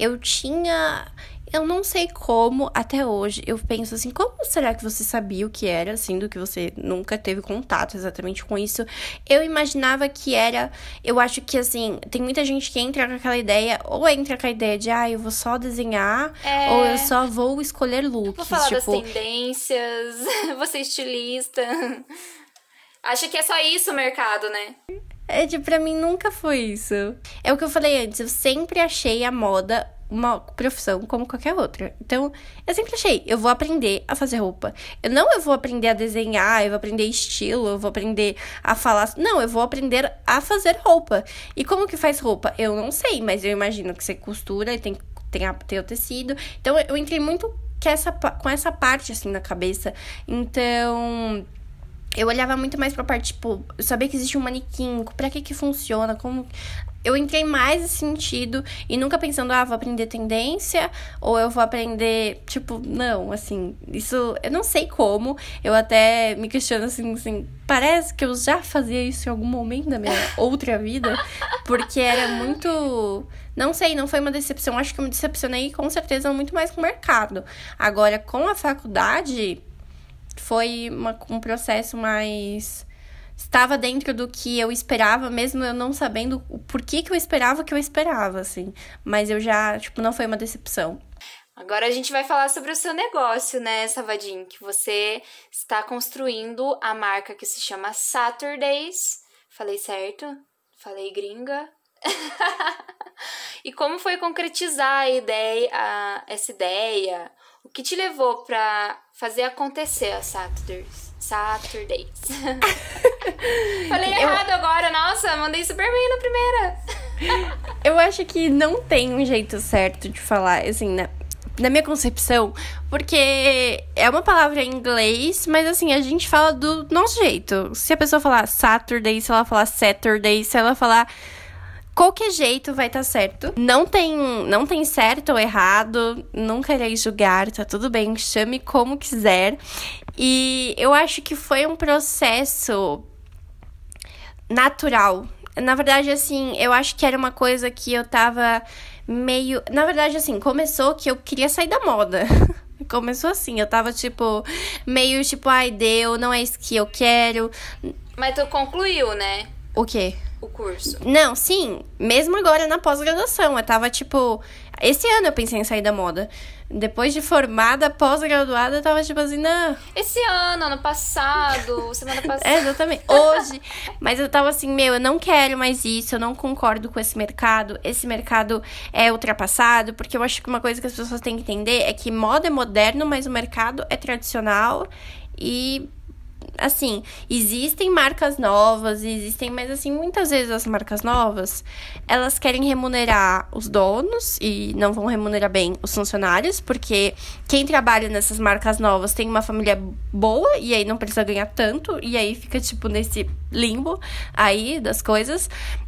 eu não sei como, até hoje, eu penso assim, como será que você sabia o que era, assim, do que você nunca teve contato exatamente com isso? Eu imaginava que era, eu acho que, assim, tem muita gente que entra com aquela ideia, ou entra com a ideia de, eu vou só desenhar, ou eu só vou escolher looks. Vou falar das tendências, vou ser estilista. Acha que é só isso o mercado, né? Pra mim nunca foi isso. É o que eu falei antes, eu sempre achei a moda uma profissão como qualquer outra. Então, eu sempre achei, eu vou aprender a fazer roupa. Eu vou aprender a desenhar, eu vou aprender estilo, eu vou aprender a falar... Não, eu vou aprender a fazer roupa. E como que faz roupa? Eu não sei, mas eu imagino que você costura e tem que ter o tecido. Então, eu entrei muito com essa parte, assim, na cabeça. Então... eu olhava muito mais pra parte, tipo, eu sabia que existe um manequim, pra que funciona, como... Eu entrei mais nesse sentido e nunca pensando, vou aprender tendência ou eu vou aprender, tipo, não, assim, isso, eu não sei como. Eu até me questiono assim, parece que eu já fazia isso em algum momento da minha outra vida, porque era muito... Não sei, não foi uma decepção, acho que eu me decepcionei com certeza muito mais com o mercado. Agora, com a faculdade, foi um processo mais... estava dentro do que eu esperava, mesmo eu não sabendo o porquê que eu esperava o que eu esperava, assim. Mas eu já, não foi uma decepção. Agora a gente vai falar sobre o seu negócio, né, Savadin? Que você está construindo a marca que se chama Saturdays. Falei certo? Falei gringa? E como foi concretizar essa ideia? O que te levou para fazer acontecer a Saturdays? Falei errado agora, nossa, mandei super bem na primeira. Eu acho que não tem um jeito certo de falar, assim, na minha concepção, porque é uma palavra em inglês, mas assim, a gente fala do nosso jeito. Se a pessoa falar Saturday, se ela falar Saturday, se ela falar... qualquer jeito vai estar certo. Não tem certo ou errado. Nunca irei julgar, tá tudo bem. Chame como quiser. E eu acho que foi um processo natural. Na verdade, assim, eu acho que era uma coisa que eu tava meio... Na verdade, assim, começou que eu queria sair da moda. Começou assim, eu tava, meio ai, deu, não é isso que eu quero. Mas tu concluiu, né? O quê? O curso. Não, sim. Mesmo agora na pós-graduação. Eu tava, esse ano eu pensei em sair da moda. Depois de formada, pós-graduada, eu tava, assim, não. Esse ano passado, semana passada. Exatamente. Hoje. Mas eu tava assim, eu não quero mais isso. Eu não concordo com esse mercado. Esse mercado é ultrapassado. Porque eu acho que uma coisa que as pessoas têm que entender é que moda é moderno, mas o mercado é tradicional. E... assim, existem marcas novas, mas assim, muitas vezes as marcas novas, elas querem remunerar os donos e não vão remunerar bem os funcionários, porque quem trabalha nessas marcas novas tem uma família boa e aí não precisa ganhar tanto, e aí fica, nesse limbo aí das coisas.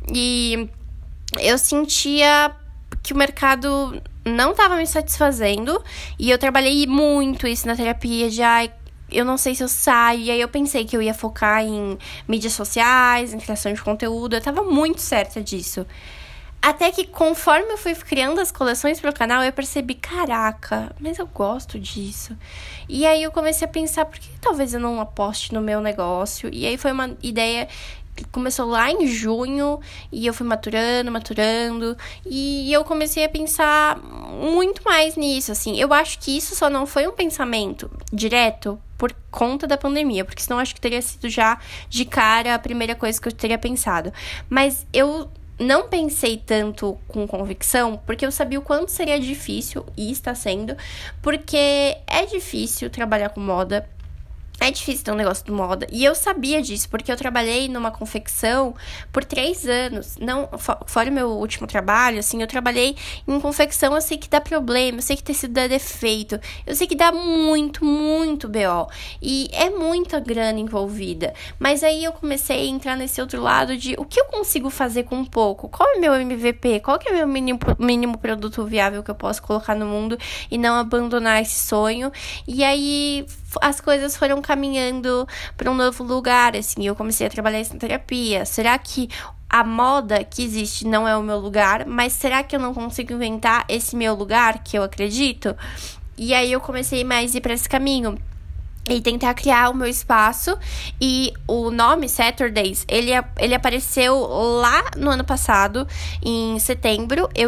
E eu sentia que o mercado não estava me satisfazendo, e eu trabalhei muito isso na terapia de, eu não sei se eu saio. E aí eu pensei que eu ia focar em mídias sociais, em criação de conteúdo. Eu tava muito certa disso. Até que conforme eu fui criando as coleções pro canal, eu percebi, caraca, mas eu gosto disso. E aí eu comecei a pensar, por que talvez eu não aposte no meu negócio? E aí foi uma ideia que começou lá em junho, e eu fui maturando, e eu comecei a pensar muito mais nisso, assim. Eu acho que isso só não foi um pensamento direto por conta da pandemia, porque senão acho que teria sido já de cara a primeira coisa que eu teria pensado. Mas eu não pensei tanto com convicção, porque eu sabia o quanto seria difícil, e está sendo, porque é difícil trabalhar com moda. É difícil ter um negócio de moda. E eu sabia disso, porque eu trabalhei numa confecção por 3 anos. Não, fora o meu último trabalho, assim, eu trabalhei em confecção, eu sei que dá problema, eu sei que tecido dá defeito, eu sei que dá muito, muito BO. E é muita grana envolvida. Mas aí eu comecei a entrar nesse outro lado de o que eu consigo fazer com pouco? Qual é o meu MVP? Qual que é o meu mínimo produto viável que eu posso colocar no mundo e não abandonar esse sonho? E aí as coisas foram caminhando para um novo lugar, assim, eu comecei a trabalhar isso na terapia. Será que a moda que existe não é o meu lugar, mas será que eu não consigo inventar esse meu lugar que eu acredito? E aí eu comecei mais a ir para esse caminho e tentar criar o meu espaço. E o nome Saturdays, ele apareceu lá no ano passado, em setembro. Eu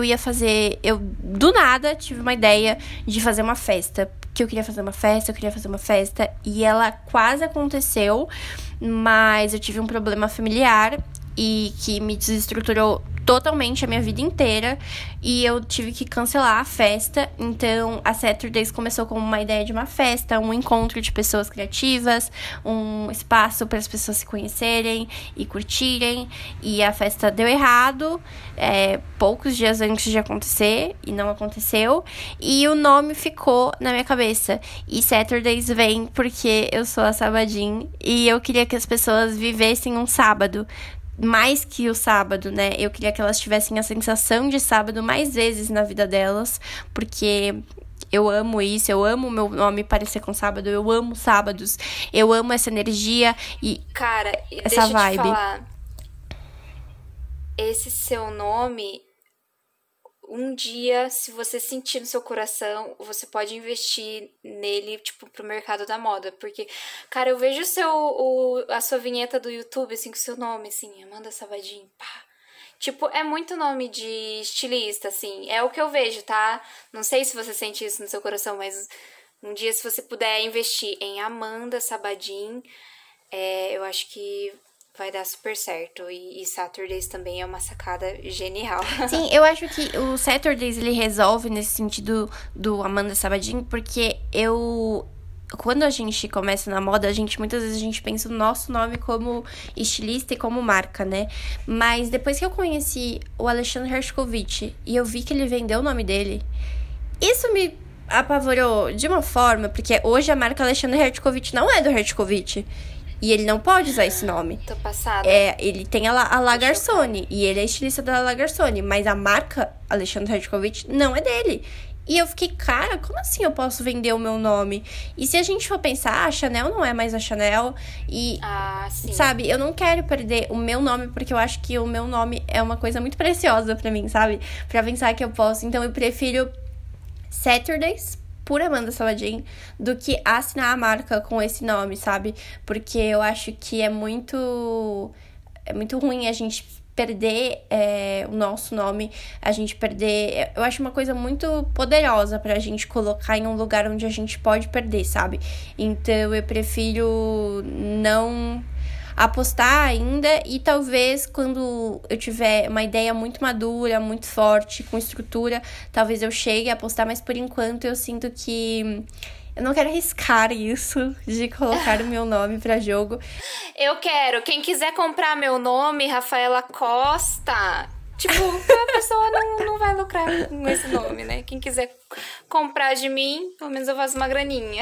do nada tive uma ideia de fazer uma festa, que eu queria fazer uma festa, e ela quase aconteceu, mas eu tive um problema familiar e que me desestruturou totalmente a minha vida inteira e eu tive que cancelar a festa. Então, a Saturdays começou como uma ideia de uma festa, um encontro de pessoas criativas, um espaço para as pessoas se conhecerem e curtirem. E a festa deu errado, poucos dias antes de acontecer, e não aconteceu. E o nome ficou na minha cabeça. E Saturdays vem porque eu sou a Sabadin e eu queria que as pessoas vivessem um sábado. Mais que o sábado, né? Eu queria que elas tivessem a sensação de sábado mais vezes na vida delas, porque eu amo isso, eu amo o meu nome parecer com sábado, eu amo sábados, eu amo essa energia e cara, essa vibe. Deixa eu te falar, esse seu nome, um dia, se você sentir no seu coração, você pode investir nele, tipo, pro mercado da moda. Porque, cara, eu vejo a sua vinheta do YouTube, assim, com o seu nome, assim, Amanda Sabadin, pá. Tipo, é muito nome de estilista, assim. É o que eu vejo, tá? Não sei se você sente isso no seu coração, mas um dia, se você puder investir em Amanda Sabadin, eu acho que vai dar super certo. E Saturdays também é uma sacada genial. Sim, eu acho que o Saturdays, ele resolve nesse sentido do Amanda Sabadin, porque quando a gente começa na moda, muitas vezes a gente pensa o nosso nome como estilista e como marca, né? Mas depois que eu conheci o Alexandre Hershkovich e eu vi que ele vendeu o nome dele, isso me apavorou de uma forma, porque hoje a marca Alexandre Hershkovich não é do Hershkovich. E ele não pode usar esse nome. Tô passada. Ele tem a La Garçonne. E ele é estilista da La Garçonne. Mas a marca Alexandre Hershkovich não é dele. E eu fiquei, cara, como assim eu posso vender o meu nome? E se a gente for pensar, a Chanel não é mais a Chanel. E, sim. Sabe, eu não quero perder o meu nome, porque eu acho que o meu nome é uma coisa muito preciosa pra mim, sabe? Pra pensar que eu posso. Então eu prefiro Saturdays por Amanda Sabadin do que assinar a marca com esse nome, sabe? Porque eu acho que é muito ruim a gente perder o nosso nome, a gente perder... Eu acho uma coisa muito poderosa pra gente colocar em um lugar onde a gente pode perder, sabe? Então eu prefiro não apostar ainda e talvez quando eu tiver uma ideia muito madura, muito forte, com estrutura, talvez eu chegue a apostar, mas por enquanto eu sinto que eu não quero arriscar isso de colocar o meu nome pra jogo. Eu quero. Quem quiser comprar meu nome, Rafaela Costa, tipo, a pessoa não vai lucrar com esse nome, né? Quem quiser comprar de mim, pelo menos eu faço uma graninha.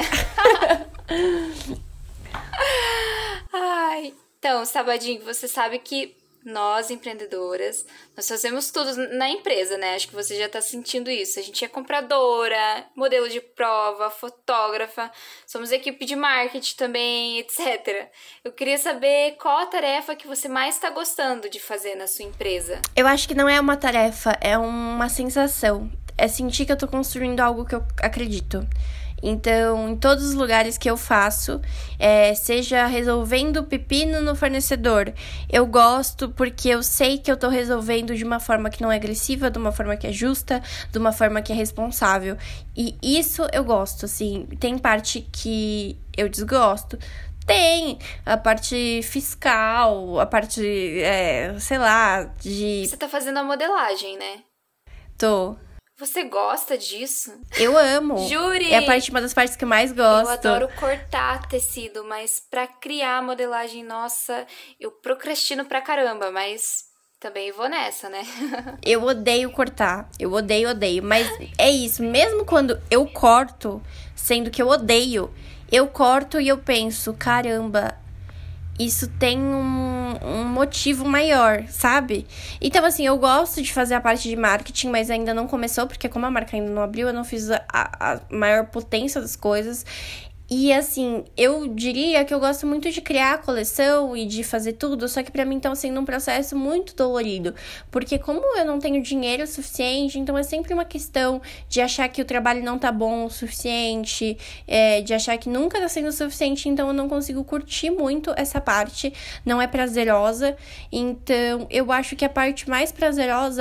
Ai... Então, Sabadin, você sabe que nós, empreendedoras, nós fazemos tudo na empresa, né? Acho que você já tá sentindo isso. A gente é compradora, modelo de prova, fotógrafa, somos equipe de marketing também, etc. Eu queria saber qual a tarefa que você mais tá gostando de fazer na sua empresa. Eu acho que não é uma tarefa, é uma sensação. É sentir que eu tô construindo algo que eu acredito. Então, em todos os lugares que eu faço, seja resolvendo pepino no fornecedor, eu gosto porque eu sei que eu tô resolvendo de uma forma que não é agressiva, de uma forma que é justa, de uma forma que é responsável. E isso eu gosto, assim. Tem parte que eu desgosto. Tem a parte fiscal, a parte, sei lá, de... Você tá fazendo a modelagem, né? Tô. Você gosta disso? Eu amo. Jure! É uma das partes que eu mais gosto. Eu adoro cortar tecido, mas pra criar a modelagem, nossa, eu procrastino pra caramba, mas também vou nessa, né? Eu odeio cortar. Eu odeio. Mas é isso. Mesmo quando eu corto, sendo que eu odeio, eu corto e eu penso, caramba, isso tem um motivo maior, sabe? Então, assim, eu gosto de fazer a parte de marketing, mas ainda não começou, porque como a marca ainda não abriu, eu não fiz a maior potência das coisas. E, assim, eu diria que eu gosto muito de criar a coleção e de fazer tudo, só que pra mim tá sendo um processo muito dolorido. Porque como eu não tenho dinheiro suficiente, então é sempre uma questão de achar que o trabalho não tá bom o suficiente, de achar que nunca tá sendo o suficiente, então eu não consigo curtir muito essa parte, não é prazerosa. Então, eu acho que a parte mais prazerosa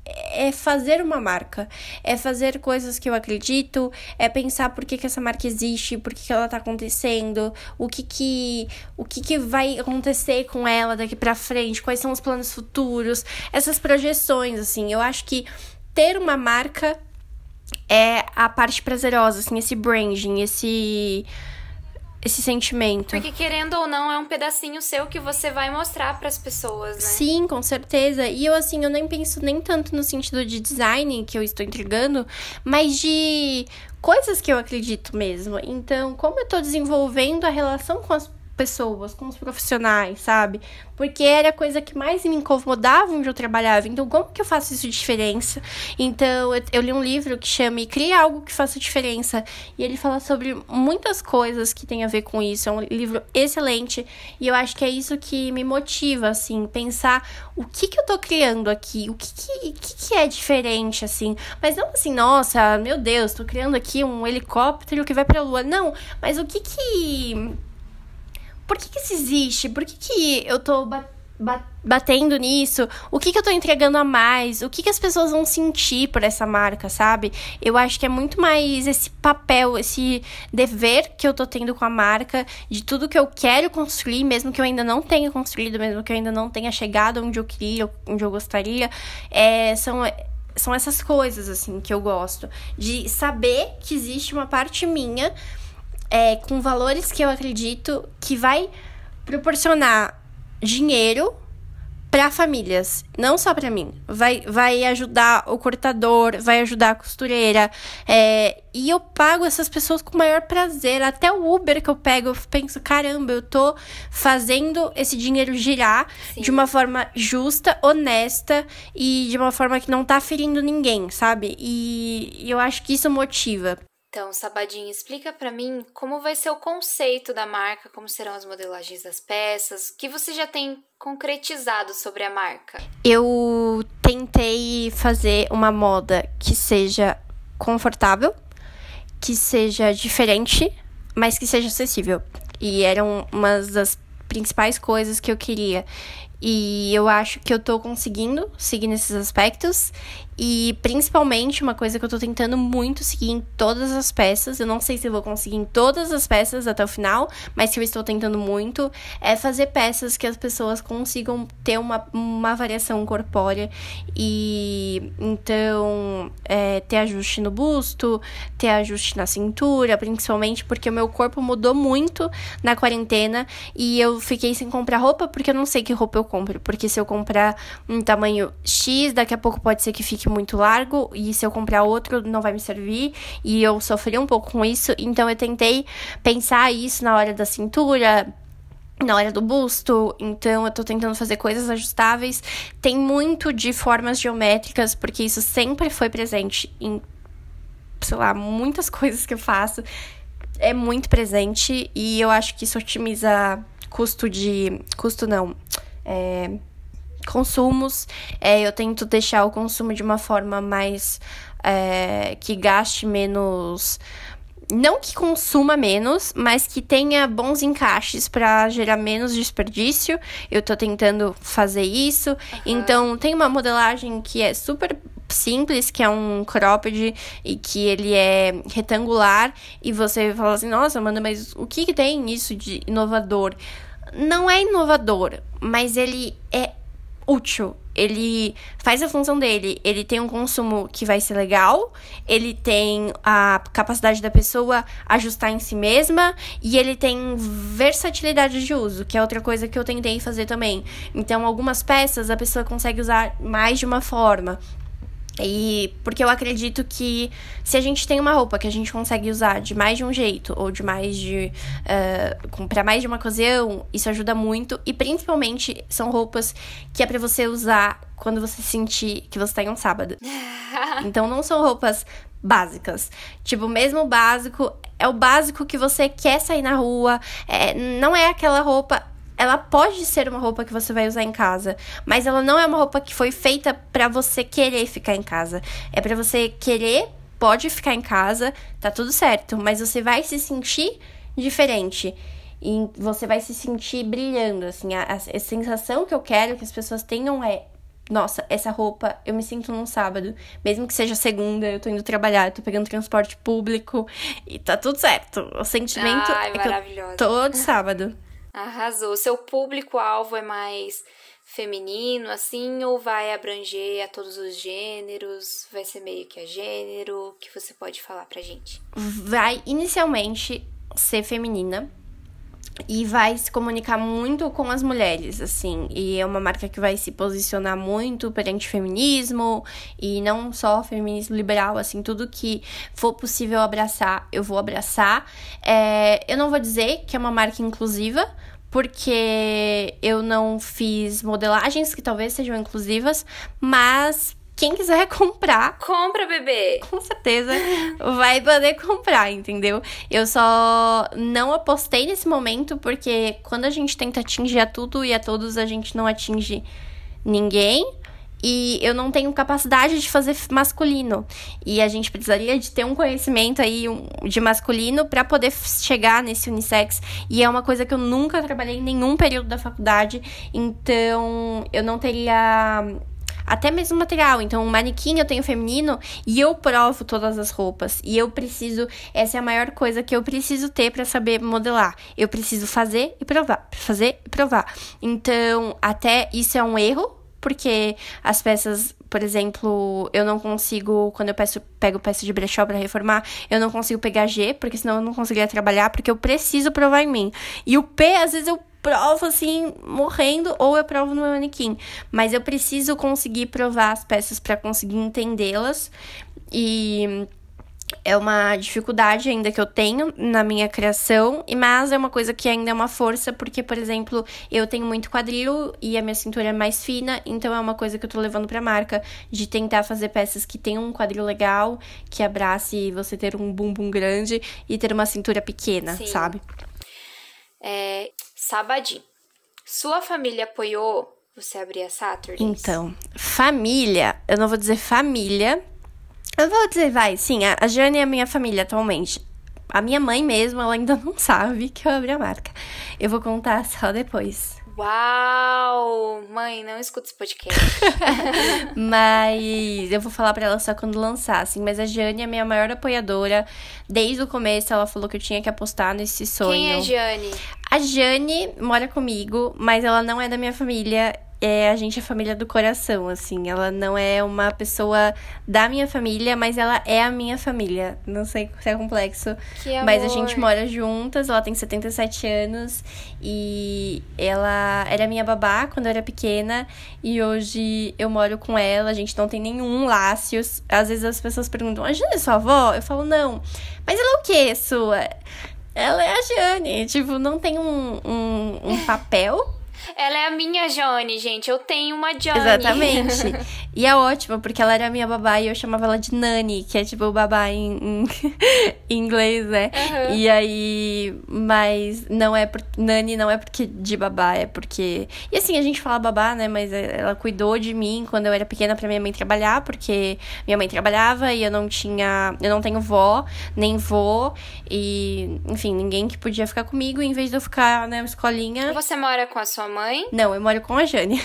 é fazer uma marca, é fazer coisas que eu acredito, é pensar por que essa marca existe, por que ela tá acontecendo, o que vai acontecer com ela daqui pra frente, quais são os planos futuros, essas projeções, assim. Eu acho que ter uma marca é a parte prazerosa, assim, esse branding, esse sentimento. Porque, querendo ou não, é um pedacinho seu que você vai mostrar pras pessoas, né? Sim, com certeza. E eu, assim, eu nem penso nem tanto no sentido de design que eu estou entregando, mas de coisas que eu acredito mesmo. Então, como eu tô desenvolvendo a relação com as pessoas, com os profissionais, sabe? Porque era a coisa que mais me incomodava onde eu trabalhava. Então, como que eu faço isso de diferença? Então, eu li um livro que chama Cria Algo que Faça Diferença. E ele fala sobre muitas coisas que tem a ver com isso. É um livro excelente. E eu acho que é isso que me motiva, assim, pensar o que eu tô criando aqui, o que é diferente, assim. Mas não assim, nossa, meu Deus, tô criando aqui um helicóptero que vai pra lua. Não, mas o por que isso existe? Por que eu tô batendo nisso? O que eu tô entregando a mais? O que as pessoas vão sentir por essa marca, sabe? Eu acho que é muito mais esse papel, esse dever que eu tô tendo com a marca, de tudo que eu quero construir, mesmo que eu ainda não tenha construído, mesmo que eu ainda não tenha chegado onde eu queria, onde eu gostaria. São essas coisas, assim, que eu gosto. De saber que existe uma parte minha com valores que eu acredito que vai proporcionar dinheiro para famílias, não só para mim. Vai ajudar o cortador, vai ajudar a costureira. E eu pago essas pessoas com o maior prazer. Até o Uber que eu pego, eu penso, caramba, eu tô fazendo esse dinheiro girar Sim. de uma forma justa, honesta e de uma forma que não tá ferindo ninguém, sabe? E eu acho que isso motiva. Então, Sabadinho, explica pra mim como vai ser o conceito da marca, como serão as modelagens das peças, o que você já tem concretizado sobre a marca? Eu tentei fazer uma moda que seja confortável, que seja diferente, mas que seja acessível. E eram uma das principais coisas que eu queria. E eu acho que eu tô conseguindo seguir nesses aspectos. E principalmente uma coisa que eu tô tentando muito seguir em todas as peças. Eu não sei se eu vou conseguir em todas as peças até o final, mas que eu estou tentando muito é fazer peças que as pessoas consigam ter uma variação corpórea. E então ter ajuste no busto, ter ajuste na cintura, principalmente porque o meu corpo mudou muito na quarentena. E eu fiquei sem comprar roupa porque eu não sei que roupa eu compro. Porque se eu comprar um tamanho X, daqui a pouco pode ser que fique muito largo, e se eu comprar outro não vai me servir, e eu sofri um pouco com isso. Então eu tentei pensar isso na hora da cintura, na hora do busto. Então eu tô tentando fazer coisas ajustáveis. Tem muito de formas geométricas, porque isso sempre foi presente em, sei lá, muitas coisas que eu faço. É muito presente, e eu acho que isso otimiza consumos. Eu tento deixar o consumo de uma forma mais que gaste menos, não que consuma menos, mas que tenha bons encaixes para gerar menos desperdício. Eu tô tentando fazer isso. Então tem uma modelagem que é super simples, que é um cropped e que ele é retangular, e você fala assim, nossa, Amanda, mas o que tem isso de inovador? Não é inovador, mas ele é útil, ele faz a função dele, ele tem um consumo que vai ser legal, ele tem a capacidade da pessoa ajustar em si mesma, e ele tem versatilidade de uso, que é outra coisa que eu tentei fazer também. Então, algumas peças a pessoa consegue usar mais de uma forma. E porque eu acredito que se a gente tem uma roupa que a gente consegue usar de mais de um jeito, ou de mais de pra mais de uma ocasião, isso ajuda muito. E principalmente são roupas que é pra você usar quando você sentir que você tá em um sábado. Então não são roupas básicas. Tipo, mesmo o básico é o básico que você quer sair na rua. Não é aquela roupa. Ela pode ser uma roupa que você vai usar em casa, mas ela não é uma roupa que foi feita pra você querer ficar em casa. É pra você querer, pode ficar em casa, tá tudo certo, mas você vai se sentir diferente. E você vai se sentir brilhando, assim. A sensação que eu quero que as pessoas tenham é nossa, essa roupa, eu me sinto num sábado. Mesmo que seja segunda, eu tô indo trabalhar, eu tô pegando transporte público e tá tudo certo. O sentimento Ai, é que eu maravilhosa. tô de sábado. Arrasou. Seu público-alvo é mais feminino, assim, ou vai abranger a todos os gêneros? Vai ser meio que a gênero? O que você pode falar pra gente? Vai inicialmente ser feminina e vai se comunicar muito com as mulheres, assim. E é uma marca que vai se posicionar muito perante feminismo e não só feminismo liberal, assim, tudo que for possível abraçar, eu vou abraçar. Eu não vou dizer que é uma marca inclusiva, porque eu não fiz modelagens que talvez sejam inclusivas, mas quem quiser comprar, Compra, bebê! com certeza vai poder comprar, entendeu? Eu só não apostei nesse momento porque quando a gente tenta atingir a tudo e a todos, a gente não atinge ninguém. E eu não tenho capacidade de fazer masculino. E a gente precisaria de ter um conhecimento aí de masculino para poder chegar nesse unissex. E é uma coisa que eu nunca trabalhei em nenhum período da faculdade. Então, eu não teria até mesmo material. Então, um manequim eu tenho feminino e eu provo todas as roupas. E eu preciso... Essa é a maior coisa que eu preciso ter para saber modelar. Eu preciso fazer e provar. Fazer e provar. Então, até isso é um erro. Porque as peças, por exemplo, eu não consigo, quando eu pego peça de brechó pra reformar, eu não consigo pegar G, porque senão eu não conseguiria trabalhar, porque eu preciso provar em mim. E o P, às vezes eu provo, assim, morrendo, ou eu provo no meu manequim. Mas eu preciso conseguir provar as peças pra conseguir entendê-las. E é uma dificuldade ainda que eu tenho na minha criação, mas é uma coisa que ainda é uma força, porque, por exemplo, eu tenho muito quadril e a minha cintura é mais fina, então é uma coisa que eu tô levando pra marca, de tentar fazer peças que tenham um quadril legal, que abrace você ter um bumbum grande e ter uma cintura pequena, Sim. sabe? Sabadinho. Sua família apoiou você abrir a Saturdays? Então, família, eu não vou dizer família, eu vou dizer, sim, a Jane é a minha família atualmente. A minha mãe mesmo, ela ainda não sabe que eu abri a marca. Eu vou contar só depois. Uau! Mãe, não escuta esse podcast. Mas eu vou falar pra ela só quando lançar, assim. Mas a Jane é a minha maior apoiadora. Desde o começo, ela falou que eu tinha que apostar nesse sonho. Quem é a Jane? A Jane mora comigo, mas ela não é da minha família. A gente é família do coração, assim. Ela não é uma pessoa da minha família, mas ela é a minha família. Não sei se é complexo. Que amor. Mas a gente mora juntas, ela tem 77 anos. E ela era minha babá quando eu era pequena. E hoje eu moro com ela, a gente não tem nenhum laço. Às vezes as pessoas perguntam, a Jane é sua avó? Eu falo, não. Mas ela é o quê, sua? Ela é a Jane. Tipo, não tem um papel. Ela é a minha Jane, gente. Eu tenho uma Jane. Exatamente. E é ótimo, porque ela era minha babá e eu chamava ela de Nani, que é tipo o babá em inglês, né? Uhum. E aí... Mas não é... Nani não é porque de babá, é porque... E assim, a gente fala babá, né? Mas ela cuidou de mim quando eu era pequena pra minha mãe trabalhar, porque minha mãe trabalhava e eu não tenho vó, nem vô. E, enfim, ninguém que podia ficar comigo. E em vez de eu ficar na escolinha... Você mora com a sua mãe? Não, eu moro com a Jane.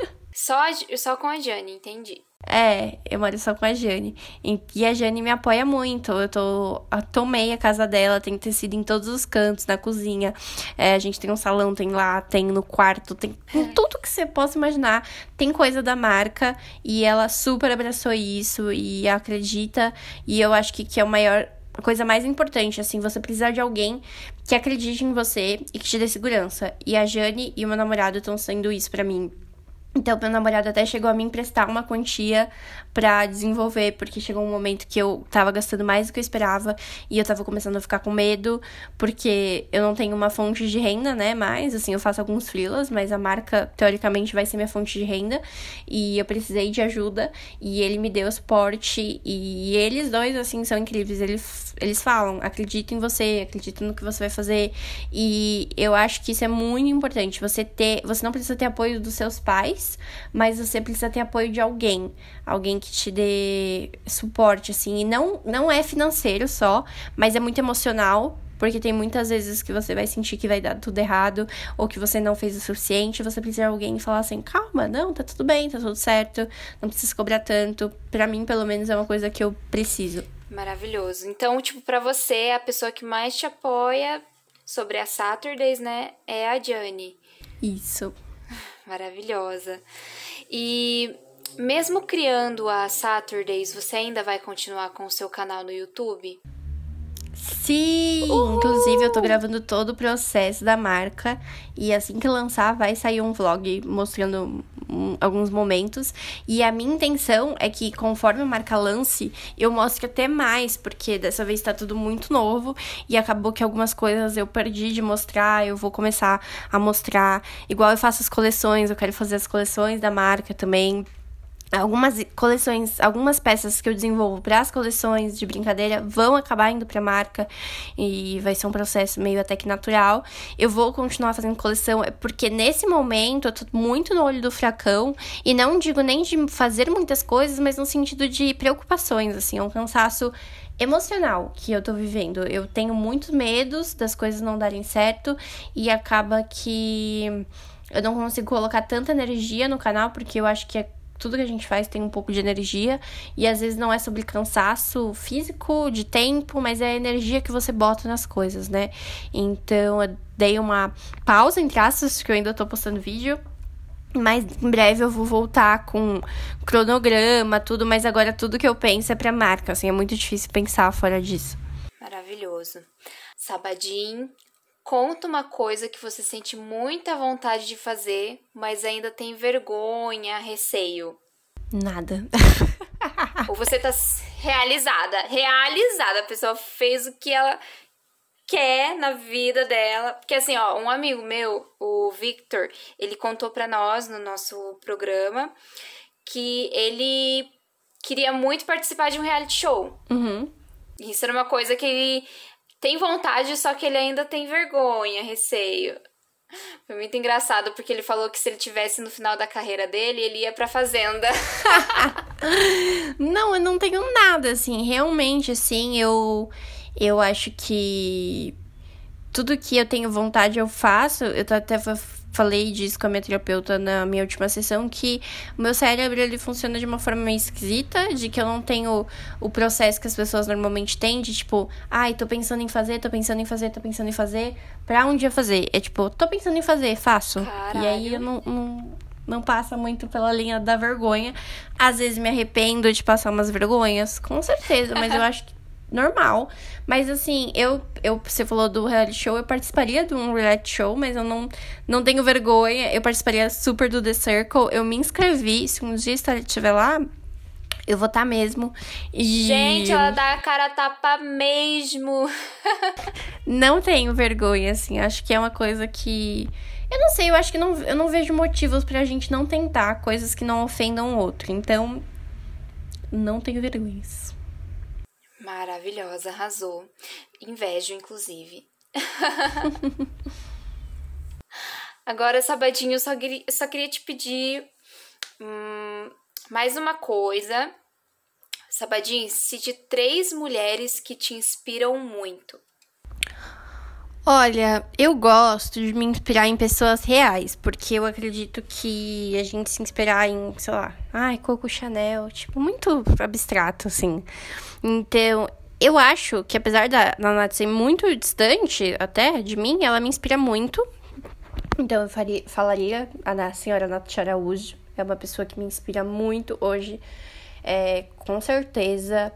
Só com a Jane, entendi. Eu moro só com a Jane. E a Jane me apoia muito. Eu tomei a casa dela, tem tecido em todos os cantos, na cozinha. A gente tem um salão, tem lá, tem no quarto, tem em tudo que você possa imaginar. Tem coisa da marca. E ela super abraçou isso e acredita. E eu acho que é o maior... A coisa mais importante, assim, você precisar de alguém que acredite em você e que te dê segurança. E a Jane e o meu namorado estão sendo isso pra mim. Então, meu namorado até chegou a me emprestar uma quantia pra desenvolver, porque chegou um momento que eu tava gastando mais do que eu esperava e eu tava começando a ficar com medo, porque eu não tenho uma fonte de renda, né, mais, assim, eu faço alguns freelas, mas a marca, teoricamente, vai ser minha fonte de renda, e eu precisei de ajuda, e ele me deu suporte, e eles dois, assim, são incríveis, eles falam, acredito em você, acredito no que você vai fazer, e eu acho que isso é muito importante, você não precisa ter apoio dos seus pais, mas você precisa ter apoio de alguém que te dê suporte, assim, e não é financeiro só, mas é muito emocional, Porque tem muitas vezes que você vai sentir que vai dar tudo errado, ou que você não fez o suficiente, você precisa de alguém falar assim, calma, não, tá tudo bem, tá tudo certo, não precisa se cobrar tanto. Pra mim, pelo menos, é uma coisa que eu preciso. Maravilhoso. Então, tipo, pra você, a pessoa que mais te apoia sobre a Saturdays, né, é a Jane. Isso. Maravilhosa. E mesmo criando a Saturdays, você ainda vai continuar com o seu canal no YouTube? Sim! Inclusive, eu tô gravando todo o processo da marca. E assim que lançar, vai sair um vlog mostrando alguns momentos. E a minha intenção é que, conforme a marca lance, eu mostre até mais. Porque dessa vez tá tudo muito novo. E acabou que algumas coisas eu perdi de mostrar. Eu vou começar a mostrar. Igual eu faço as coleções, eu quero fazer as coleções da marca também. Algumas coleções, algumas peças que eu desenvolvo para as coleções de brincadeira vão acabar indo para a marca e vai ser um processo meio até que natural. Eu vou continuar fazendo coleção, porque nesse momento eu tô muito no olho do furacão e não digo nem de fazer muitas coisas, mas no sentido de preocupações, assim, é um cansaço emocional que eu tô vivendo. Eu tenho muitos medos das coisas não darem certo e acaba que eu não consigo colocar tanta energia no canal, porque eu acho que tudo que a gente faz tem um pouco de energia. E às vezes não é sobre cansaço físico, de tempo, mas é a energia que você bota nas coisas, né? Então eu dei uma pausa, entre aspas, que eu ainda tô postando vídeo. Mas em breve eu vou voltar com cronograma, tudo. Mas agora tudo que eu penso é pra marca, assim. É muito difícil pensar fora disso. Maravilhoso. Sabadinho. Conta uma coisa que você sente muita vontade de fazer, mas ainda tem vergonha, receio. Nada. Ou você tá realizada. Realizada. A pessoa fez o que ela quer na vida dela. Porque assim, ó, um amigo meu, o Victor, ele contou pra nós no nosso programa que ele queria muito participar de um reality show. Uhum. Isso era uma coisa que ele tem vontade, só que ele ainda tem vergonha, receio. Foi muito engraçado, porque ele falou que se ele tivesse no final da carreira dele, ele ia pra fazenda. Não, eu não tenho nada, assim. Realmente, assim, eu acho que tudo que eu tenho vontade eu faço. Eu até falei disso com a minha terapeuta na minha última sessão, que o meu cérebro, ele funciona de uma forma meio esquisita, de que eu não tenho o processo que as pessoas normalmente têm, de tipo, ai, tô pensando em fazer, pra um dia fazer. É tipo, tô pensando em fazer, faço. Caralho. E aí eu não passa muito pela linha da vergonha. Às vezes me arrependo de passar umas vergonhas, com certeza, mas eu acho que normal. Mas assim, você falou do reality show, eu participaria de um reality show, mas eu não tenho vergonha. Eu participaria super do The Circle. Eu me inscrevi, se um dia estiver lá, eu vou estar mesmo. E Gente, ela dá a cara a tapa mesmo. não tenho vergonha, assim. Acho que é uma coisa que... Eu não sei, eu acho que eu não vejo motivos pra gente não tentar coisas que não ofendam o outro. Então, não tenho vergonhas. Maravilhosa, arrasou. Invejo, inclusive. Agora, Sabadinho, eu só queria te pedir mais uma coisa. Sabadinho, cite 3 mulheres que te inspiram muito. Olha, eu gosto de me inspirar em pessoas reais, porque eu acredito que a gente se inspirar em, sei lá, Coco Chanel, tipo, muito abstrato, assim. Então, eu acho que apesar da Nath ser muito distante até de mim, ela me inspira muito. Então, eu falaria da senhora Nath Araújo, é uma pessoa que me inspira muito hoje, com certeza.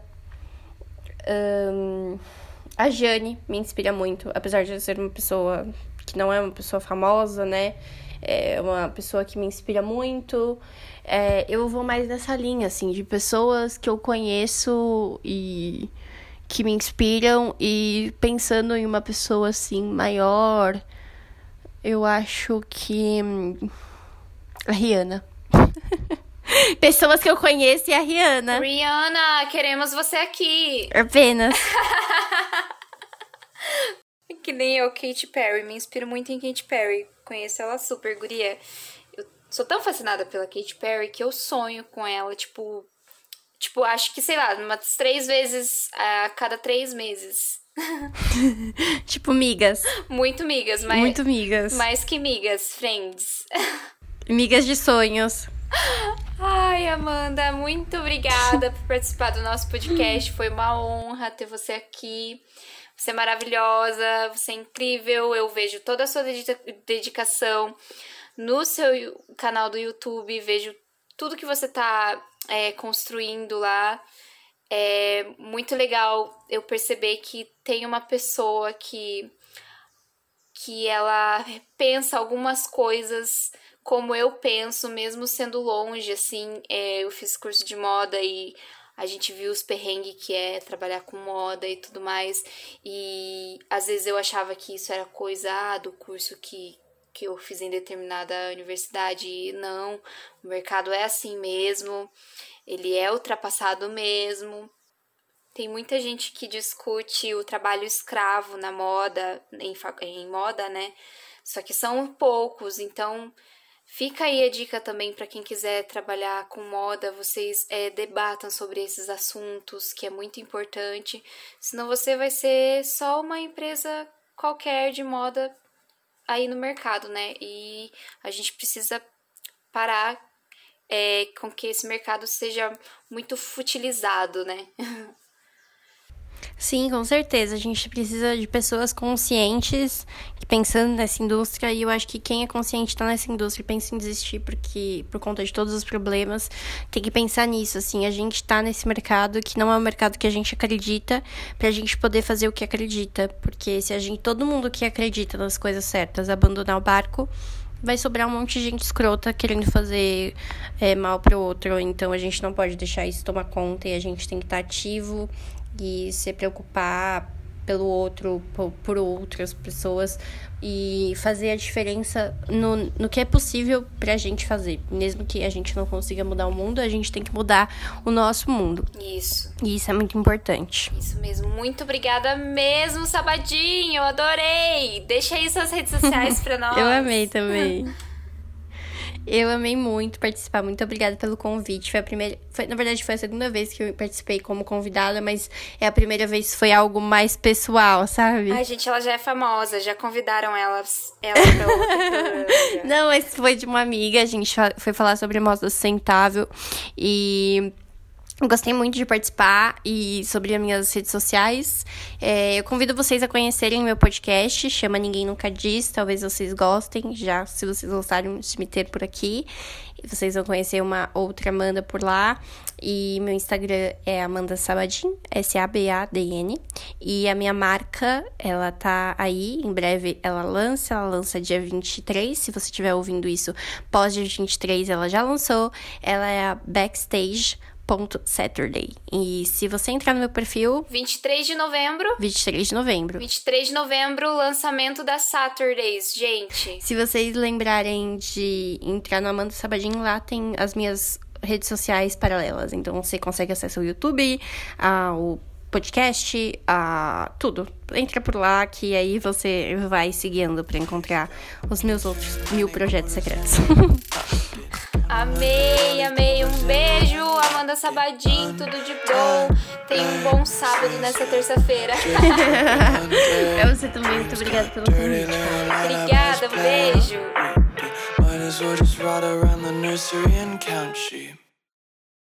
A Jane me inspira muito, apesar de eu ser uma pessoa que não é uma pessoa famosa, né? É uma pessoa que me inspira muito. Eu vou mais nessa linha, assim, de pessoas que eu conheço e que me inspiram. E pensando em uma pessoa, assim, maior, eu acho que a Rihanna. Pessoas que eu conheço e a Rihanna. Rihanna, queremos você aqui. Apenas. Que nem eu, Katy Perry. Me inspiro muito em Katy Perry. Conheço ela super, guria. Eu sou tão fascinada pela Katy Perry que eu sonho com ela, tipo, acho que, sei lá, umas 3 vezes a cada 3 meses. Tipo, migas. Muito migas, mas... Muito migas. Mais que migas, friends. Migas de sonhos. Ai, Amanda, muito obrigada por participar do nosso podcast. Foi uma honra ter você aqui. Você é maravilhosa, você é incrível. Eu vejo toda a sua dedicação no seu canal do YouTube. Vejo tudo que você tá construindo lá. É muito legal eu perceber que tem uma pessoa que ela pensa algumas coisas como eu penso, mesmo sendo longe, assim. Eu fiz curso de moda e a gente viu os perrengues que é trabalhar com moda e tudo mais. E às vezes eu achava que isso era coisa do curso que eu fiz em determinada universidade. E não, o mercado é assim mesmo, ele é ultrapassado mesmo. Tem muita gente que discute o trabalho escravo na moda, em moda, né? Só que são poucos, então fica aí a dica também para quem quiser trabalhar com moda, vocês debatam sobre esses assuntos, que é muito importante, senão você vai ser só uma empresa qualquer de moda aí no mercado, né? E a gente precisa parar com que esse mercado seja muito futilizado, né? Sim, com certeza. A gente precisa de pessoas conscientes pensando nessa indústria. E eu acho que quem é consciente tá nessa indústria e pensa em desistir por conta de todos os problemas, tem que pensar nisso, assim. A gente tá nesse mercado que não é um mercado que a gente acredita, pra gente poder fazer o que acredita. Porque se todo mundo que acredita nas coisas certas abandonar o barco, vai sobrar um monte de gente escrota querendo fazer mal pro outro. Então a gente não pode deixar isso tomar conta e a gente tem que estar ativo e se preocupar pelo outro, por outras pessoas e fazer a diferença no que é possível pra gente fazer. Mesmo que a gente não consiga mudar o mundo, a gente tem que mudar o nosso mundo. Isso. E isso é muito importante. Isso mesmo. Muito obrigada mesmo, Sabadinho. Eu adorei. Deixa aí suas redes sociais pra nós. Eu amei também. Eu amei muito participar, muito obrigada pelo convite. Na verdade, foi a segunda vez que eu participei como convidada, mas é a primeira vez que foi algo mais pessoal, sabe? Ai, gente, ela já é famosa, já convidaram ela pra outro programa. Não, mas foi de uma amiga, a gente foi falar sobre moda sustentável e gostei muito de participar e sobre as minhas redes sociais. Eu convido vocês a conhecerem meu podcast, chama Ninguém Nunca Diz. Talvez vocês gostem, já se vocês gostarem de me ter por aqui. Vocês vão conhecer uma outra Amanda por lá. E meu Instagram é Amanda Sabadin, Sabadn. E a minha marca, ela tá aí, em breve ela lança dia 23. Se você estiver ouvindo isso pós dia 23, ela já lançou. Ela é a Backstage.Saturday. E se você entrar no meu perfil... 23 de novembro. 23 de novembro. 23 de novembro, lançamento da Saturdays, gente. Se vocês lembrarem de entrar no Amanda Sabadin, lá tem as minhas redes sociais paralelas. Então você consegue acessar o YouTube, o podcast, tudo. Entra por lá que aí você vai se guiando pra encontrar os meus outros 1000 projetos secretos. Amei, amei. Um beijo, Amanda Sabadin, tudo de bom. Tenha um bom sábado nessa terça-feira. Pra você também, muito obrigada pelo convite. Obrigada, um beijo. Might as well just ride around the nursery and count sheep.